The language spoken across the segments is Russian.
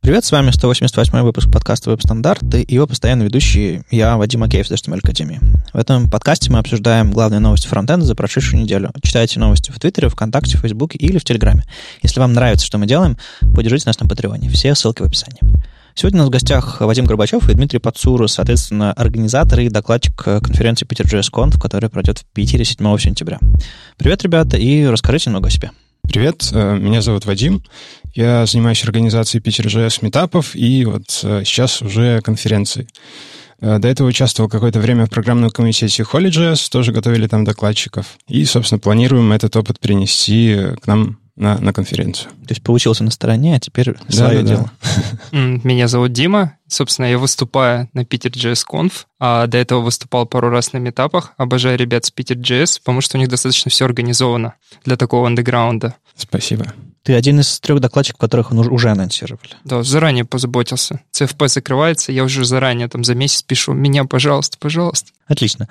Привет, с вами 188-й выпуск подкаста «Веб-стандарты» и его постоянный ведущий я, Вадим Акеев из HTML Академии. В этом подкасте мы обсуждаем главные новости фронтенда за прошедшую неделю. Читайте новости в Твиттере, ВКонтакте, в Фейсбуке или в Телеграме. Если вам нравится, что мы делаем, поддержите нас на Патреоне. Все ссылки в описании. Сегодня у нас в гостях Вадим Горбачев и Дмитрий Пацурус, соответственно, организатор и докладчик конференции PeterJS.Conf, которая пройдет в Питере 7 сентября. Привет, ребята, и расскажите немного о себе. Привет, меня зовут Вадим. Я занимаюсь организацией PeterJS митапов и вот сейчас уже конференции. До этого участвовал какое-то время в программном комитете HolyJS, тоже готовили там докладчиков. И, собственно, планируем этот опыт принести к нам на конференцию. То есть получился на стороне, а теперь свое дело. Меня зовут Дима. Собственно, я выступаю на PeterJS.Conf, а до этого выступал пару раз на митапах. Обожаю ребят с PeterJS, потому что у них достаточно все организовано для такого андеграунда. Спасибо. Ты один из 3 докладчиков, которых уже анонсировали. Да, заранее позаботился. CFP закрывается, я уже заранее там за месяц пишу: меня, пожалуйста, пожалуйста. Отлично.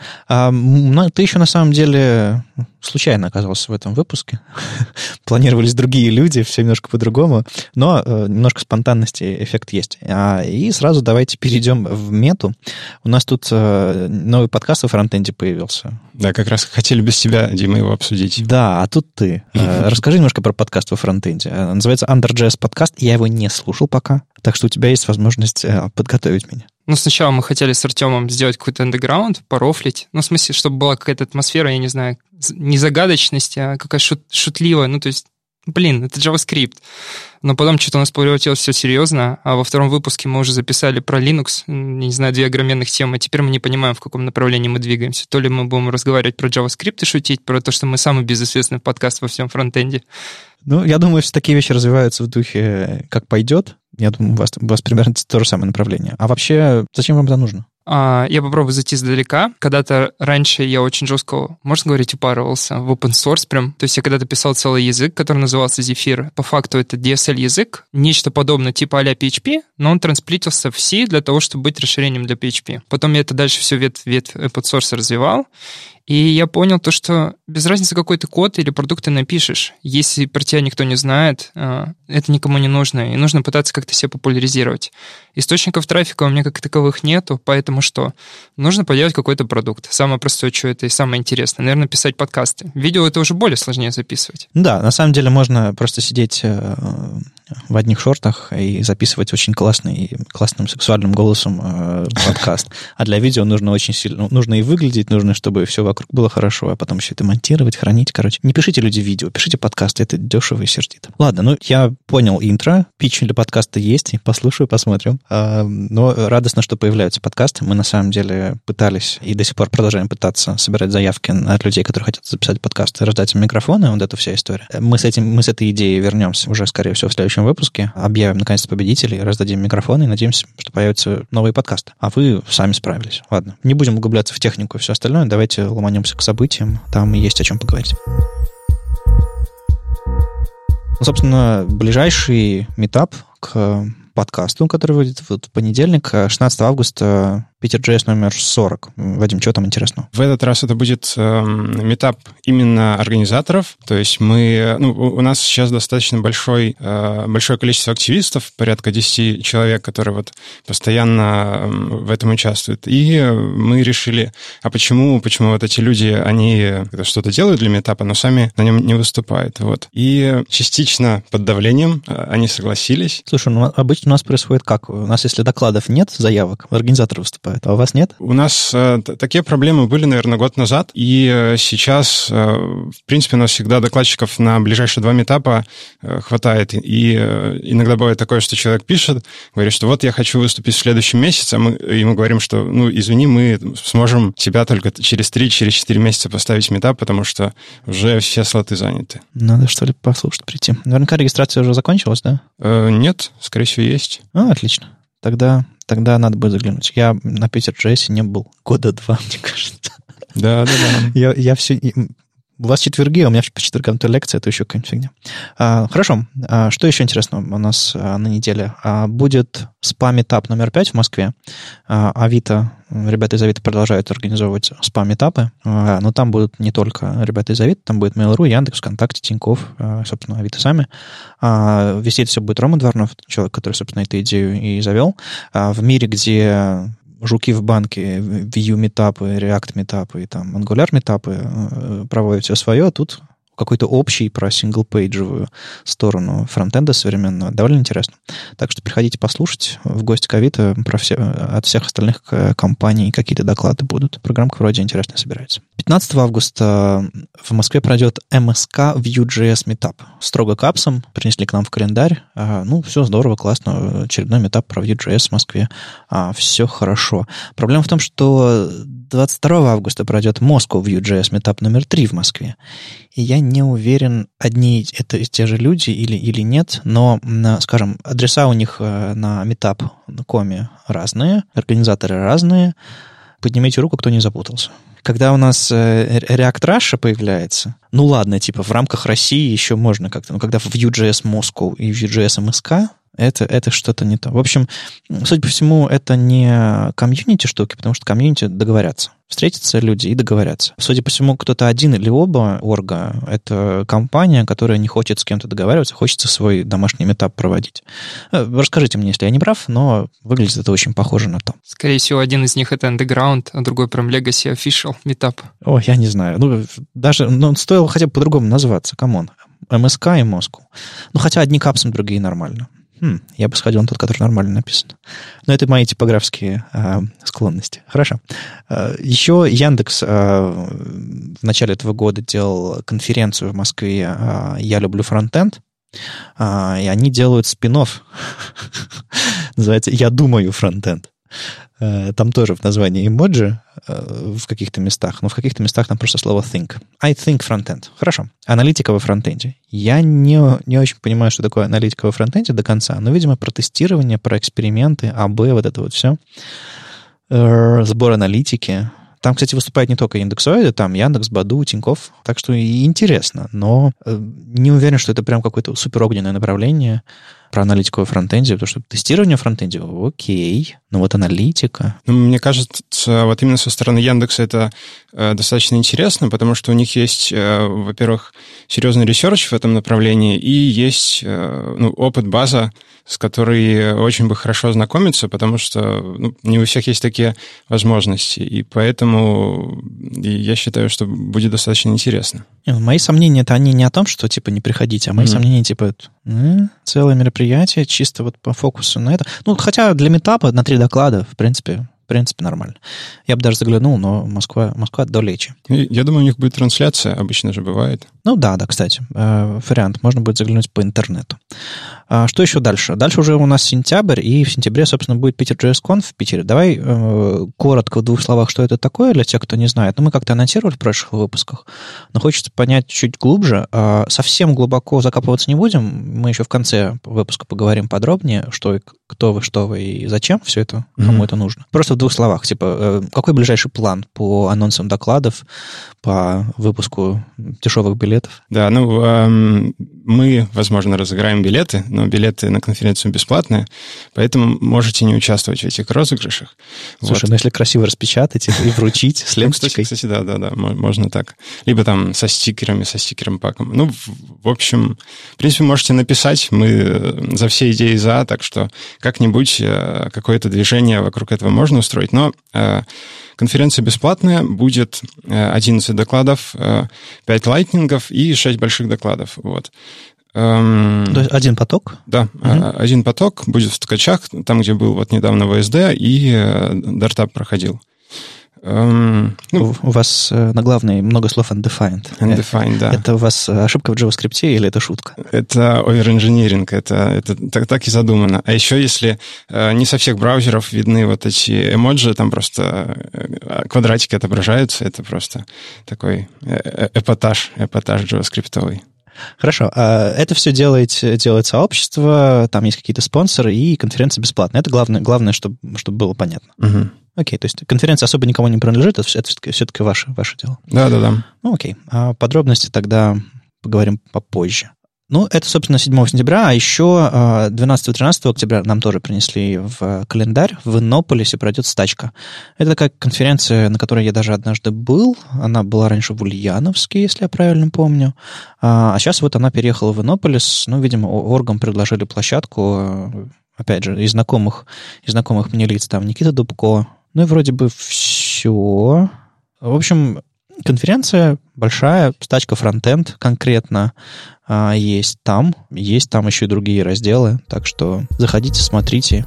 Ты еще на самом деле случайно оказался в этом выпуске. Планировались другие люди, все немножко по-другому, но немножко спонтанности эффект есть. И сразу давайте перейдем в мету. У нас тут новый подкаст о фронтенде появился. Да, как раз хотели без тебя, Дима, его обсудить. Да, а тут ты. Расскажи немножко про подкаст во фронтенде. Называется UnderJS подкаст. Я его не слушал пока, так что у тебя есть возможность подготовить меня. Ну, сначала мы хотели с Артемом сделать какой-то андеграунд, порофлить. Ну, в смысле, чтобы была какая-то атмосфера, я не знаю, не загадочности, а какая-то шутливая. Ну, то есть, это JavaScript. Но потом что-то у нас превратилось все серьезно, а во втором выпуске мы уже записали про Linux, не знаю, 2 огроменных темы, а теперь мы не понимаем, в каком направлении мы двигаемся. То ли мы будем разговаривать про JavaScript и шутить, про то, что мы самый безызвестный подкаст во всем фронтенде. Ну, я думаю, что такие вещи развиваются в духе «как пойдет». Я думаю, у вас примерно то же самое направление. А вообще, зачем вам это нужно? Я попробую зайти издалека. Когда-то раньше я очень жестко, можно говорить, упарывался в open source прям. То есть я когда-то писал целый язык, который назывался Zephyr. По факту это DSL-язык, нечто подобное типа а-ля PHP, но он трансплитился в C для того, чтобы быть расширением для PHP. Потом я это дальше все ветвь open source развивал. И я понял то, что без разницы, какой ты код или продукт ты напишешь, если про тебя никто не знает, это никому не нужно, и нужно пытаться как-то себя популяризировать. Источников трафика у меня как таковых нету, поэтому что? Нужно поделать какой-то продукт. Самое простое, что это и самое интересное. Наверное, писать подкасты. Видео это уже более сложнее записывать. Да, на самом деле можно просто сидеть в одних шортах и записывать очень классным сексуальным голосом подкаст. А для видео нужно очень сильно, нужно и выглядеть, нужно, чтобы все вокруг было хорошо, а потом все это монтировать, хранить. Короче, не пишите, люди, видео, пишите подкасты, это дешево и сердито. Ладно, я понял интро, питч для подкаста есть, послушаю, посмотрим. Но радостно, что появляются подкасты. Мы на самом деле пытались и до сих пор продолжаем пытаться собирать заявки от людей, которые хотят записать подкасты, раздать им микрофоны, вот эта вся история. Мы с этой идеей вернемся уже, скорее всего, в следующем выпуске. Объявим, наконец-то, победителей, раздадим микрофоны и надеемся, что появятся новые подкасты. А вы сами справились. Ладно, не будем углубляться в технику и все остальное. Давайте ломанемся к событиям. Там есть о чем поговорить. Собственно, ближайший митап к подкасту, который выйдет в понедельник, 16 августа, PeterJS номер 40. Вадим, что там интересного? В этот раз это будет митап именно организаторов. То есть у нас сейчас достаточно большое количество активистов, порядка 10 человек, которые постоянно в этом участвуют. И мы решили, а почему вот эти люди, они что-то делают для митапа, но сами на нем не выступают. И частично под давлением они согласились. Слушай, обычно у нас происходит как? У нас, если докладов нет, заявок, организаторы выступают. А у вас нет? У нас такие проблемы были, наверное, год назад, и сейчас, в принципе, у нас всегда докладчиков на ближайшие 2 митапа хватает, и иногда бывает такое, что человек пишет, говорит, что я хочу выступить в следующем месяце, а мы ему говорим, что, извини, мы сможем тебя только через 3-4 месяца поставить митап, потому что уже все слоты заняты. Надо, что ли, послушать, прийти. Наверняка регистрация уже закончилась, да? Нет, скорее всего, есть. Отлично. Тогда надо будет заглянуть. Я на PeterJS не был 2 года, мне кажется. Да. Я все... У вас четверги, а у меня по четвергам то лекция, это еще какая-нибудь фигня. Хорошо. Что еще интересного у нас на неделе? Будет спа-метап номер 5 в Москве. Авито, ребята из Авито продолжают организовывать спа-метапы, но там будут не только ребята из Авито, там будет Mail.ru, Яндекс, ВКонтакте, Тинькофф, собственно, Авито сами. Вести это все будет Рома Дворнов, человек, который, собственно, эту идею и завел. В мире, где жуки в банке, Vue метапы, React метапы и там Angular метапы проводят все свое, тут какой-то общий про синглпейджевую сторону фронтенда современного. Довольно интересно. Так что приходите послушать в гости к Авито от всех остальных компаний какие-то доклады будут. Программка вроде интересно собирается. 15 августа в Москве пройдет МСК Vue.js Meetup. Строго капсом. Принесли к нам в календарь. Все здорово, классно. Очередной метап про Vue.js в Москве. Все хорошо. Проблема в том, что 22 августа пройдет Moscow Vue.js Meetup номер 3 в Москве. И я не уверен, одни это те же люди или нет, но, скажем, адреса у них на meetup.com разные, организаторы разные. Поднимите руку, кто не запутался. Когда у нас React Russia появляется, ладно, типа в рамках России еще можно как-то, но когда в Vue.js Moscow и Vue.js MSK, это что-то не то. В общем, судя по всему, это не комьюнити штуки, потому что комьюнити договорятся. Встретятся люди и договорятся. Судя по всему, кто-то один или оба орга — это компания, которая не хочет с кем-то договариваться, хочется свой домашний метап проводить. Расскажите мне, если я не прав, но выглядит это очень похоже на то. Скорее всего, один из них — это Underground, а другой прям Legacy Official метап. Я не знаю. Стоило хотя бы по-другому называться. Камон. МСК и Москву. Хотя одни капсом, другие нормально. Я бы сходил на тот, который нормально написан. Но это мои типографские склонности. Хорошо. Еще Яндекс в начале этого года делал конференцию в Москве «Я люблю фронтенд», и они делают спин-офф. Называется «Я думаю фронтенд». Там тоже в названии эмоджи в каких-то местах, но в каких-то местах там просто слово think. I think frontend. Хорошо. Аналитика во фронтенде. Я не очень понимаю, что такое аналитика во фронтенде до конца, но, видимо, про тестирование, про эксперименты, АБ, вот это вот все. Сбор аналитики. Там, кстати, выступают не только индексоиды, там Яндекс, Баду, Тинькофф. Так что и интересно, но не уверен, что это прям какое-то суперогненное направление про аналитику во фронтенде, потому что тестирование в фронтенде, окей, но вот аналитика... Мне кажется, вот именно со стороны Яндекса это достаточно интересно, потому что у них есть, во-первых, серьезный ресерч в этом направлении, и есть опыт, база, с которой очень бы хорошо знакомиться, потому что не у всех есть такие возможности, и поэтому я считаю, что будет достаточно интересно. Мои сомнения-то они не о том, что типа не приходите, а мои сомнения типа целое мероприятие чисто вот по фокусу на это. Хотя для метапа на 3 доклада, в принципе, нормально. Я бы даже заглянул, но Москва далече. Я думаю, у них будет трансляция, обычно же бывает. Да, кстати, вариант. Можно будет заглянуть по интернету. Что еще дальше? Дальше уже у нас сентябрь, и в сентябре, собственно, будет Питер.js.conf в Питере. Давай коротко в 2 словах, что это такое для тех, кто не знает. Мы как-то анонсировали в прошлых выпусках, но хочется понять чуть глубже. Совсем глубоко закапываться не будем. Мы еще в конце выпуска поговорим подробнее, кто вы и зачем все это, кому это нужно. Просто в 2 словах. Какой ближайший план по анонсам докладов, по выпуску дешевых билетов? Да, мы, возможно, разыграем билеты, но билеты на конференцию бесплатные, поэтому можете не участвовать в этих розыгрышах. Слушай, если красиво распечатать и вручить с ленточкой... Кстати, да, можно так. Либо там со стикером паком. В общем, в принципе, можете написать, мы за все идеи за, так что как-нибудь какое-то движение вокруг этого можно устроить, но... Конференция бесплатная, будет 11 докладов, 5 лайтнингов и 6 больших докладов. Вот. То есть один поток? Да, один поток будет в Ткачах, там, где был недавно ВСД, и Дартап проходил. У вас на главной много слов undefined. Undefined, да. Это у вас ошибка в JavaScript или это шутка? Это оверинжиниринг, это так и задумано. А еще, если не со всех браузеров видны вот эти эмоджи, там просто квадратики отображаются, это просто такой эпатаж JavaScript-овый. Хорошо. Это все делает сообщество, там есть какие-то спонсоры, и конференция бесплатная. Это главное, чтобы было понятно. Угу. Окей, то есть конференция особо никому не принадлежит, это все-таки ваше дело. Да. Ну, окей. А подробности тогда поговорим попозже. Ну, это, собственно, 7 сентября, а еще 12-13 октября нам тоже принесли в календарь. В Иннополисе пройдет стачка. Это такая конференция, на которой я даже однажды был. Она была раньше в Ульяновске, если я правильно помню. А сейчас вот она переехала в Иннополис. Ну, видимо, оргам предложили площадку, опять же, из знакомых мне лиц. Там Никита Дубко. Ну, и вроде бы все. В общем, конференция большая, стачка фронтенд конкретно есть там еще и другие разделы, так что заходите, смотрите.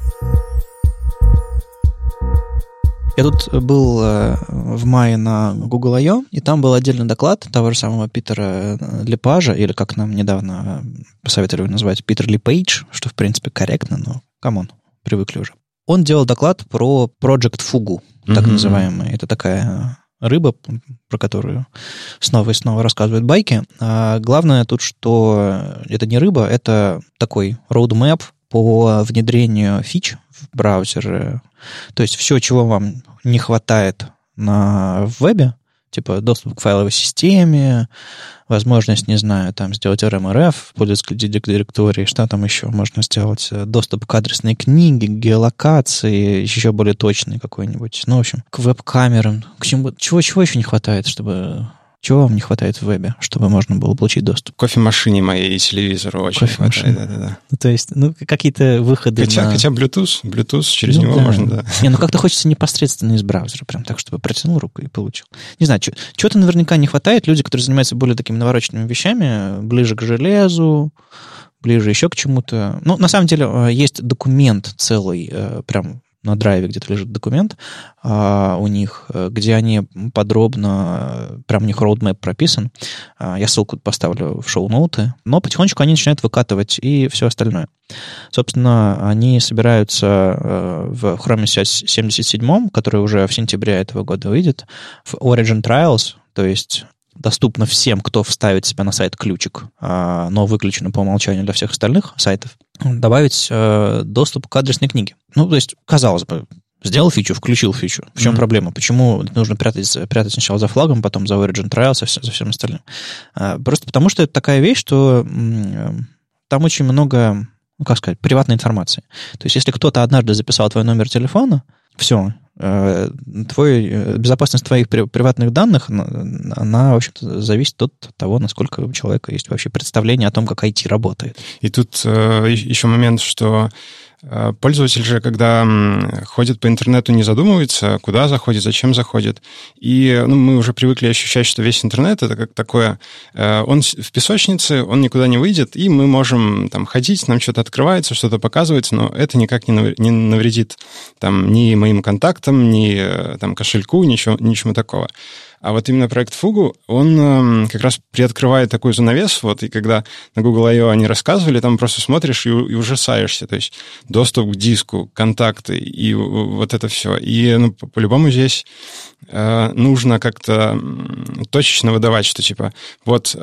Я тут был в мае на Google I.O., и там был отдельный доклад того же самого Питера Лепажа, или как нам недавно посоветовали называть, Питер Лепейдж, что, в принципе, корректно, но камон, привыкли уже. Он делал доклад про Project Fugu, так называемый. Это такая рыба, про которую снова и снова рассказывают байки. А главное тут, что это не рыба, это такой roadmap по внедрению фич в браузер. То есть все, чего вам не хватает на вебе, типа доступ к файловой системе, возможность, не знаю, там сделать RMRF, пользовательской директории, что там еще можно сделать, доступ к адресной книге, к геолокации, еще более точный какой-нибудь, ну, в общем, к веб-камерам, к чему, чего еще не хватает, чтобы... Чего вам не хватает в вебе, чтобы можно было получить доступ? Кофемашине моей и телевизору очень хватает. Да. Ну, то есть, какие-то выходы Хотя Bluetooth через него можно, да. Не, как-то хочется непосредственно из браузера, прям так, чтобы протянул руку и получил. Не знаю, чего-то наверняка не хватает. Люди, которые занимаются более такими навороченными вещами, ближе к железу, ближе еще к чему-то. Ну, на самом деле, есть документ целый, прям на драйве где-то лежит документ у них, где они подробно, прям у них roadmap прописан. Я ссылку поставлю в шоу-ноуты. Но потихонечку они начинают выкатывать и все остальное. Собственно, они собираются в Chrome 77, который уже в сентябре этого года выйдет, в Origin Trials, то есть доступно всем, кто вставит себя на сайт ключик, но выключено по умолчанию для всех остальных сайтов, добавить доступ к адресной книге. Ну, то есть, казалось бы, сделал фичу, включил фичу. В чем проблема? Почему нужно прятать сначала за флагом, потом за Origin Trials, за всем остальным? Просто потому, что это такая вещь, что там очень много, приватной информации. То есть, если кто-то однажды записал твой номер телефона, все, безопасность твоих приватных данных, она, в общем-то, зависит от того, насколько у человека есть вообще представление о том, как IT работает. И тут еще момент, что пользователь же, когда ходит по интернету, не задумывается, куда заходит, зачем заходит. И мы уже привыкли ощущать, что весь интернет — это как такое... Он в песочнице, он никуда не выйдет, и мы можем там ходить, нам что-то открывается, что-то показывается, но это никак не навредит там, ни моим контактам, ни там, кошельку, ничему такого. А вот именно проект Fugu, он как раз приоткрывает такой занавес, и когда на Google I.O. они рассказывали, там просто смотришь и ужасаешься, то есть доступ к диску, контакты и вот это все. И по-любому здесь нужно как-то точечно выдавать, что типа вот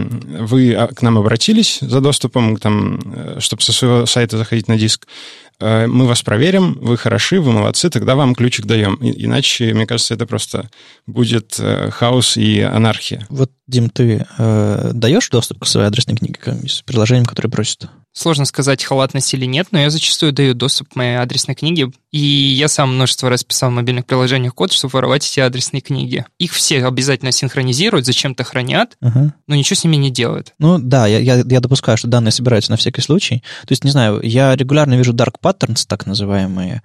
вы к нам обратились за доступом, там, чтобы со своего сайта заходить на диск, мы вас проверим, вы хороши, вы молодцы, тогда вам ключик даем. Иначе, мне кажется, это просто будет хаос и анархия. Вот, Дим, ты даешь доступ к своей адресной книге с приложением, которое просит? Сложно сказать, халатность или нет, но я зачастую даю доступ к моей адресной книге, и я сам множество раз писал в мобильных приложениях код, чтобы воровать эти адресные книги. Их все обязательно синхронизируют, зачем-то хранят, но ничего с ними не делают. Ну да, я допускаю, что данные собираются на всякий случай. То есть, не знаю, я регулярно вижу dark patterns, так называемые,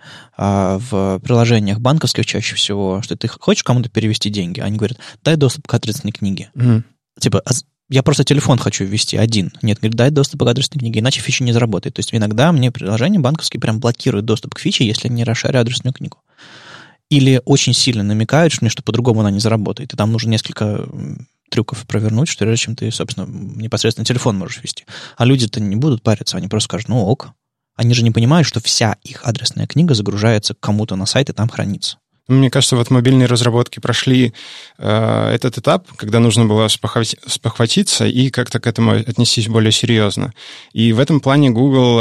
в приложениях банковских чаще всего, что ты хочешь кому-то перевести деньги, они говорят, дай доступ к адресной книге. Типа, я просто телефон хочу ввести один. Нет, говорит, дай доступ к адресной книге, иначе фича не заработает. То есть иногда мне приложения банковские прям блокируют доступ к фиче, если не расширю адресную книгу. Или очень сильно намекают, что по-другому она не заработает. И там нужно несколько трюков провернуть, что прежде чем ты, собственно, непосредственно телефон можешь ввести. А люди-то не будут париться, они просто скажут, ок. Они же не понимают, что вся их адресная книга загружается к кому-то на сайт и там хранится. Мне кажется, вот мобильные разработки прошли этот этап, когда нужно было спохватиться и как-то к этому отнестись более серьезно. И в этом плане Google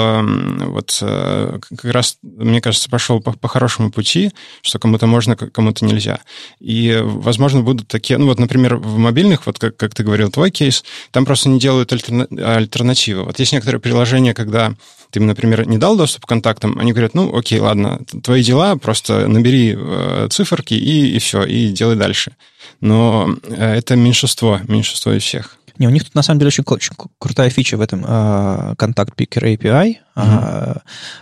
как раз, мне кажется, пошел по хорошему пути, что кому-то можно, кому-то нельзя. И, возможно, будут такие... например, в мобильных, как ты говорил, твой кейс, там просто не делают альтернативы. Вот есть некоторые приложения, когда ты им, например, не дал доступ к контактам, они говорят, окей, ладно, твои дела, просто набери циферки и все, и делай дальше. Но это меньшинство из всех. Не, у них тут, на самом деле, очень крутая фича в этом Contact Picker API.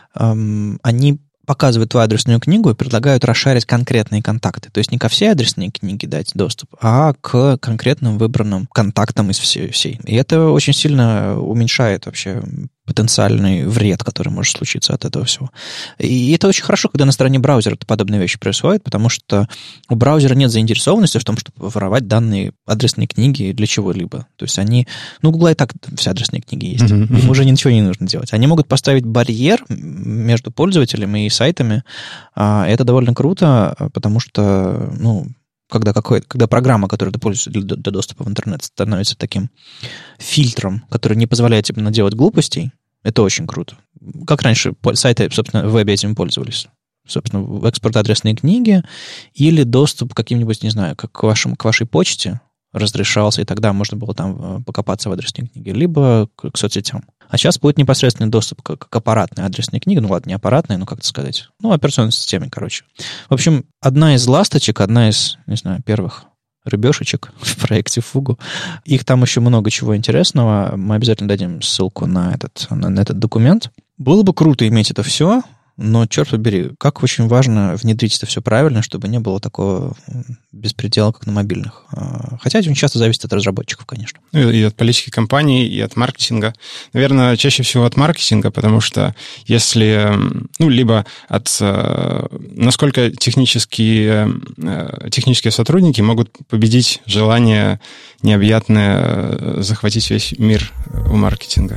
Они показывают твою адресную книгу и предлагают расшарить конкретные контакты. То есть не ко всей адресной книге дать доступ, а к конкретным выбранным контактам из всей. И это очень сильно уменьшает вообще потенциальный вред, который может случиться от этого всего. И это очень хорошо, когда на стороне браузера подобные вещи происходят, потому что у браузера нет заинтересованности в том, чтобы воровать данные адресной книги для чего-либо. То есть они... у Гугла и так все адресные книги есть. Им уже ничего не нужно делать. Они могут поставить барьер между пользователем и сайтами. Это довольно круто, потому что, когда программа, которой ты пользуешься для доступа в интернет, становится таким фильтром, который не позволяет тебе наделать глупостей, это очень круто. Как раньше сайты, собственно, в вебе этим пользовались. Собственно, в экспорт адресной книги или доступ к каким-нибудь, не знаю, к вашей почте разрешался, и тогда можно было там покопаться в адресной книге, либо к соцсетям. А сейчас будет непосредственный доступ к аппаратной адресной книге. Ладно, не аппаратной, как это сказать. Операционной системе, короче. В общем, одна из ласточек, одна из, не знаю, первых рыбешечек в проекте Fugu. Их там еще много чего интересного. Мы обязательно дадим ссылку на этот документ. Было бы круто иметь это все, но, черт побери, как очень важно внедрить это все правильно, чтобы не было такого беспредела, как на мобильных. Хотя очень часто зависит от разработчиков, конечно. И от политики компании, и от маркетинга. Наверное, чаще всего от маркетинга, потому что если... либо от... насколько технические сотрудники могут победить желание необъятное захватить весь мир у маркетинга.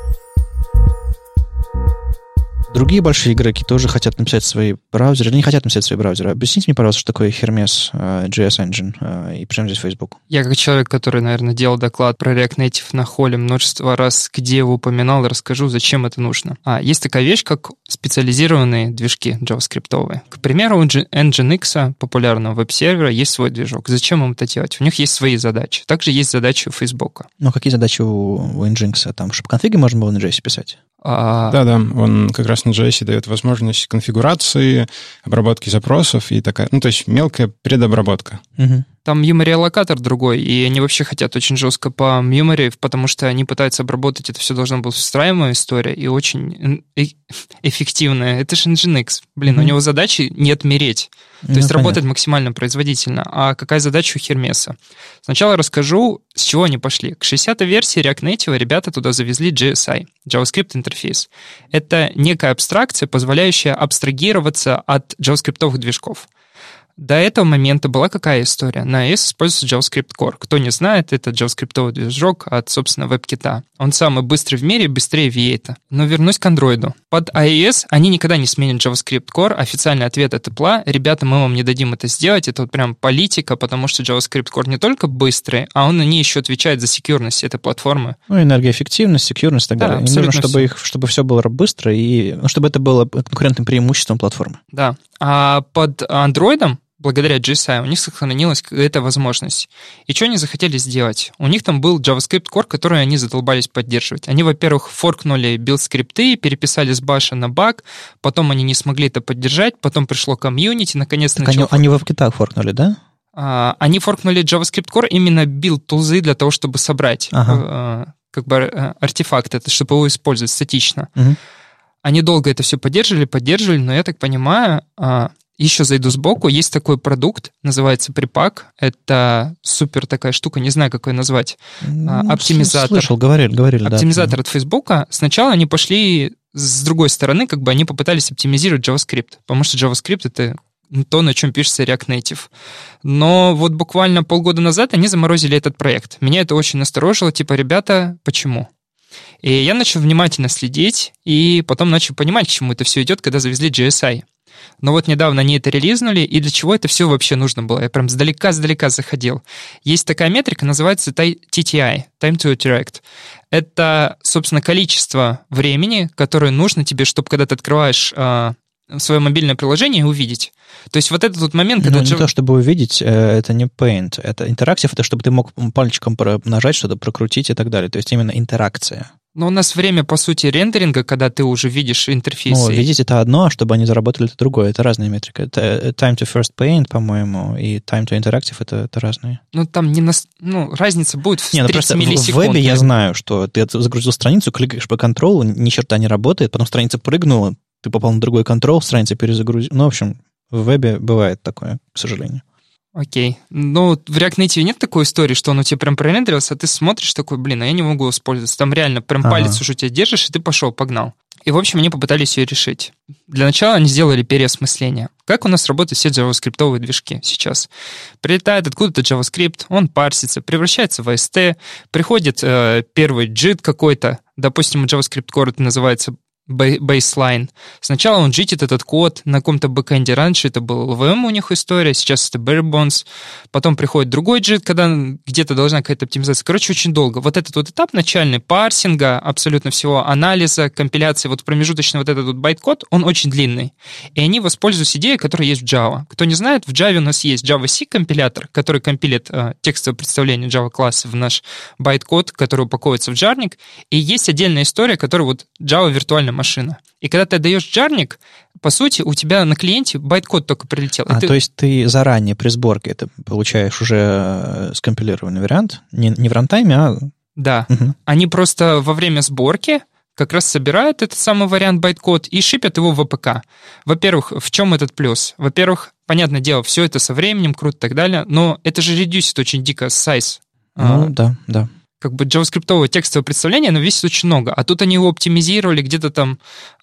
Другие большие игроки тоже хотят написать свои браузеры, или не хотят написать свои браузеры. Объясните мне, пожалуйста, что такое Hermes JS Engine и причем здесь Facebook? Я как человек, который, наверное, делал доклад про React Native на холле множество раз, где его упоминал, расскажу, зачем это нужно. Есть такая вещь, как специализированные движки JavaScript-овые. К примеру, у Nginx, популярного веб-сервера, есть свой движок. Зачем им это делать? У них есть свои задачи. Также есть задачи у Facebook. Какие задачи у Nginx? Там, чтобы конфиги можно было на JS писать? Да, он как раз на JS дает возможность конфигурации, обработки запросов и такая, то есть мелкая предобработка. Угу. Там memory-аллокатор другой, и они вообще хотят очень жестко по memory, потому что они пытаются обработать, это все должна быть встраиваемая история и очень эффективная. Это же Nginx. У него задачи не отмереть. То есть работать максимально производительно. А какая задача у Hermes? Сначала расскажу, с чего они пошли. К 60-й версии React Native ребята туда завезли JSI, JavaScript интерфейс. Это некая абстракция, позволяющая абстрагироваться от JavaScript-овых движков. До этого момента была какая история? На iOS используется JavaScript Core. Кто не знает, это JavaScript-овый движок от, собственно, WebKit. Он самый быстрый в мире, быстрее V8. Но вернусь к Android. Под iOS они никогда не сменят JavaScript Core. Официальный ответ от Apple: ребята, мы вам не дадим это сделать. Это прям политика, потому что JavaScript Core не только быстрый, а он на ней еще отвечает за секьюрность этой платформы. Энергоэффективность, секьюрность и так далее. Им нужно, чтобы все было быстро и чтобы это было конкурентным преимуществом платформы. Да. А под Android, благодаря JSI, у них сохранилась эта возможность. И что они захотели сделать? У них там был JavaScript Core, который они задолбались поддерживать. Они, во-первых, форкнули билд-скрипты, переписали с баша на баг, потом они не смогли это поддержать, потом пришло комьюнити, наконец-то... Они в WebKit форкнули, да? Они форкнули JavaScript Core, именно билд-тулзы для того, чтобы собрать артефакт, это чтобы его использовать статично. Угу. Они долго это все поддерживали, но я так понимаю... Еще зайду сбоку. Есть такой продукт, называется Prepack. Это супер такая штука, не знаю, как ее назвать. Оптимизатор. Слышал, говорили. Оптимизатор от Фейсбука. Сначала они пошли с другой стороны, они попытались оптимизировать JavaScript, потому что JavaScript — это то, на чем пишется React Native. Но вот буквально полгода назад они заморозили этот проект. Меня это очень насторожило. Ребята, почему? И я начал внимательно следить, и потом начал понимать, к чему это все идет, когда завезли JSI. Но вот недавно они это релизнули, и для чего это все вообще нужно было? Я прям сдалека заходил. Есть такая метрика, называется TTI, Time to Interact. Это, собственно, количество времени, которое нужно тебе, чтобы когда ты открываешь свое мобильное приложение, увидеть. То есть вот этот вот момент, когда... Ну, не то, чтобы увидеть, это не Paint. Это интерактив, это чтобы ты мог пальчиком нажать что-то, прокрутить и так далее. То есть именно интеракция. Но у нас время, по сути, рендеринга, когда ты уже видишь интерфейс. Ну, видеть это одно, а чтобы они заработали, это другое. Это разные метрики. Это time to first paint, по-моему, и time to interactive это разные. Ну, там не разница будет в 30 миллисекунд. В вебе я знаю, что ты загрузил страницу, кликаешь по контролу, ни черта не работает, потом страница прыгнула, ты попал на другой контрол, страница перезагрузил. Ну, в общем, в вебе бывает такое, к сожалению. Окей. Ну, в React Native нет такой истории, что он у тебя прям прорендерился, а ты смотришь такой, а я не могу воспользоваться. Там реально прям палец уже тебя держишь, и ты пошел, погнал. И, в общем, они попытались ее решить. Для начала они сделали переосмысление. Как у нас работают все JavaScript-овые движки сейчас? Прилетает откуда-то JavaScript, он парсится, превращается в AST, приходит первый JIT какой-то, допустим, JavaScript Core это называется baseline. Сначала он джитит этот код на каком-то бэкэнде. Раньше это был LVM у них история, сейчас это bare bones. Потом приходит другой джит, когда где-то должна какая-то оптимизация. Короче, очень долго. Вот этот вот этап начальный парсинга, абсолютно всего, анализа, компиляции, вот промежуточный вот этот вот байт-код, он очень длинный. И они воспользуются идеей, которая есть в Java. Кто не знает, в Java у нас есть Java-C компилятор, который компилит текстовое представление Java-класса в наш байт-код, который упаковывается в джарник. И есть отдельная история, которая вот Java виртуальная машина. И когда ты отдаешь джарник, по сути, у тебя на клиенте байт-код только прилетел. То есть ты заранее при сборке это получаешь уже скомпилированный вариант? Не в рантайме, а... Да. Угу. Они просто во время сборки как раз собирают этот самый вариант байт-код и шипят его в АПК. Во-первых, в чем этот плюс? Во-первых, понятное дело, все это со временем, круто и так далее, но это же редюсит очень дико сайз. Ну, да. Как бы JavaScript-овое текстовое представление, оно весит очень много. А тут они его оптимизировали, где-то там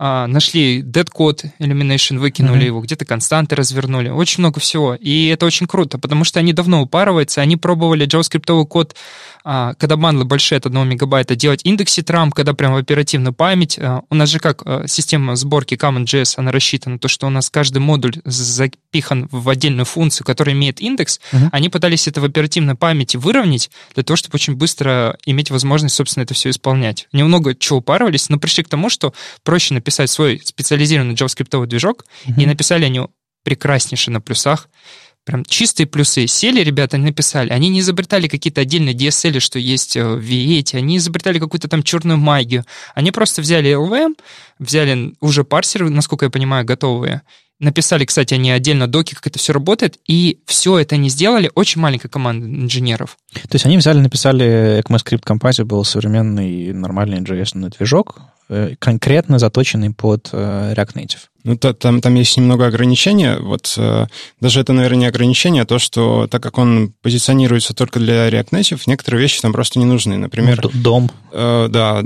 нашли dead code elimination, выкинули его, где-то константы развернули. Очень много всего. И это очень круто, потому что они давно упарываются. Они пробовали JavaScript-овый код, когда бандлы большие от 1 мегабайта, делать индексит RAM, когда прям в оперативную память. У нас же как система сборки Common.js, она рассчитана, то, что у нас каждый модуль запихан в отдельную функцию, которая имеет индекс. Они пытались это в оперативной памяти выровнять для того, чтобы очень быстро иметь возможность, собственно, это все исполнять. Немного чего упарывались, но пришли к тому, что проще написать свой специализированный JavaScript-овый движок, и написали они прекраснейше на плюсах. Прям чистые плюсы. Сели, ребята, написали. Они не изобретали какие-то отдельные DSL, что есть в V8, они не изобретали какую-то там черную магию. Они просто взяли LVM, взяли уже парсеры, насколько я понимаю, готовые. Написали, кстати, они отдельно доки, как это все работает, и все это они сделали очень маленькой командой инженеров. То есть они взяли, написали ECMAScript Compatible, современный нормальный JS-ный движок, конкретно заточенный под React Native. Ну, там есть немного ограничения. Вот даже это, наверное, не ограничение, а то, что так как он позиционируется только для React Native, некоторые вещи там просто не нужны. Например... Дом. Да,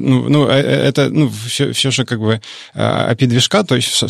это все же как бы API-движка, то есть в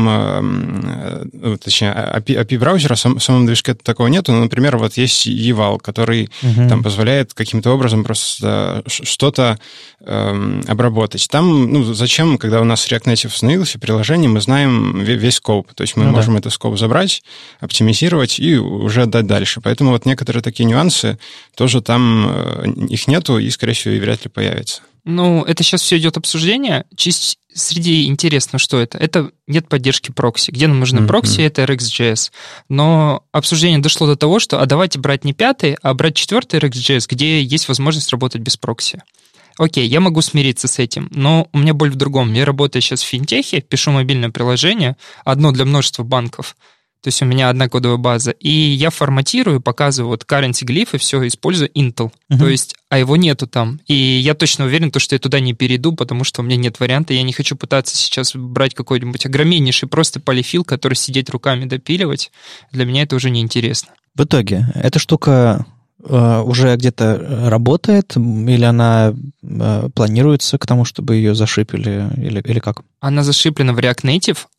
самом, точнее, API-браузера, в самом движке такого нету, но, например, вот есть eval, который там позволяет каким-то образом просто что-то обработать. Там, зачем, когда у нас React Native установился, приложение, мы знаем весь скоп. То есть мы можем этот скоп забрать, оптимизировать и уже отдать дальше. Поэтому вот некоторые такие нюансы, тоже там их нету и, скорее всего, и вряд ли появятся. Ну, это сейчас все идет обсуждение. Среди интересно, что это. Это нет поддержки прокси. Где нам нужны прокси, это RxJS. Но обсуждение дошло до того, что давайте брать не 5-й, а брать 4-й RxJS, где есть возможность работать без прокси. Окей, я могу смириться с этим, но у меня боль в другом. Я работаю сейчас в финтехе, пишу мобильное приложение, одно для множества банков. То есть у меня одна кодовая база. И я форматирую, показываю вот currency глифы, все, использую Intel. То есть, а его нету там. И я точно уверен, что я туда не перейду, потому что у меня нет варианта. Я не хочу пытаться сейчас брать какой-нибудь огромнейший просто полифил, который сидеть руками допиливать. Для меня это уже неинтересно. В итоге, эта штука уже где-то работает, или она планируется к тому, чтобы ее зашипили, или как? Она зашиплена в React Native.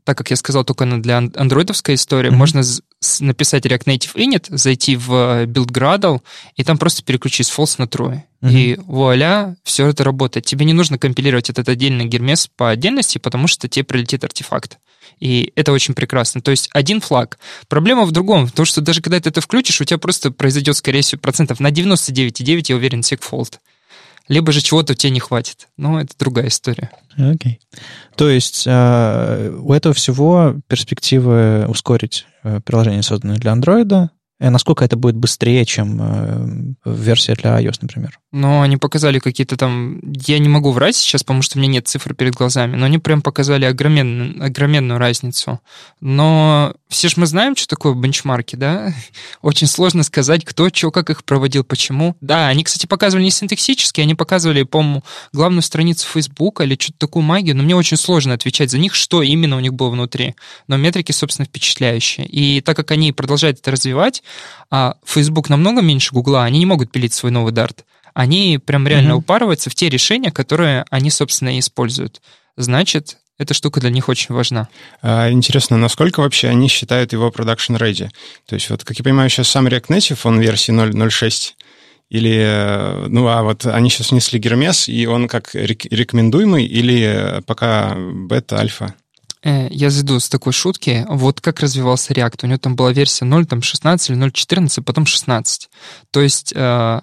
так как я сказал, только она для андроидовской истории, можно написать React Native Init, зайти в build Gradle, и там просто переключить с false на true. И вуаля, все это работает. Тебе не нужно компилировать этот отдельный гермес по отдельности, потому что тебе прилетит артефакт. И это очень прекрасно. То есть один флаг. Проблема в другом, в том, что даже когда ты это включишь, у тебя просто произойдет, скорее всего, процентов на 99,9, я уверен, segfault. Либо же чего-то у тебя не хватит. Но это другая история. Окей. То есть у этого всего перспективы ускорить приложение, созданное для Android. Насколько это будет быстрее, чем версия для iOS, например? Но они показали какие-то там... Я не могу врать сейчас, потому что у меня нет цифр перед глазами, но они прям показали огроменную разницу. Но все же мы знаем, что такое бенчмарки, да? Очень сложно сказать, кто, что, как их проводил, почему. Да, они, кстати, показывали не синтаксически, они показывали, по-моему, главную страницу Facebook или что-то такую магию, но мне очень сложно отвечать за них, что именно у них было внутри. Но метрики, собственно, впечатляющие. И так как они продолжают это развивать, а Facebook намного меньше Гугла, они не могут пилить свой новый Dart. Они прям реально упарываются в те решения, которые они, собственно, и используют. Значит, эта штука для них очень важна. Интересно, насколько вообще они считают его production ready? То есть, вот, как я понимаю, сейчас сам React Native, он версии 0.06, или, вот они сейчас внесли Гермес, и он как рекомендуемый, или пока бета-альфа? Я зайду с такой шутки. Вот как развивался React. У него там была версия 0.16 или 0.14, потом 16. То есть React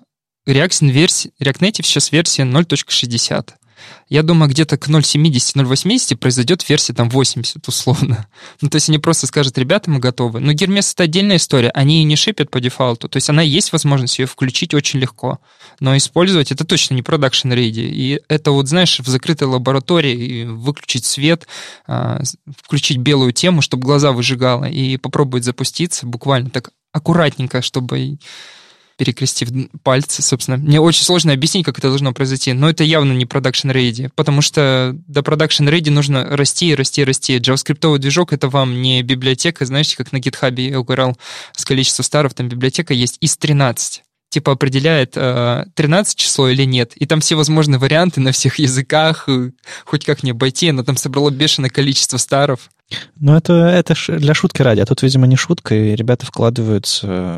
Native сейчас версия 0.60. Я думаю, где-то к 0.70, 0.80 произойдет версия там 80 условно. То есть они просто скажут, ребята, мы готовы. Но Гермес — это отдельная история. Они ее не шипят по дефолту. То есть она есть возможность ее включить очень легко. Но использовать это точно не production ready. И это вот, знаешь, в закрытой лаборатории выключить свет, включить белую тему, чтобы глаза выжигало, и попробовать запуститься буквально так аккуратненько, чтобы... перекрестив пальцы, собственно. Мне очень сложно объяснить, как это должно произойти, но это явно не production ready, потому что до production ready нужно расти. JavaScript-овый движок — это вам не библиотека, знаете, как на GitHub я угорал с количества старов, там библиотека есть из 13. Типа определяет 13 число или нет, и там все возможные варианты на всех языках, хоть как не обойти, но там собрало бешеное количество старов. Ну, это для шутки ради, а тут, видимо, не шутка, и ребята вкладываются...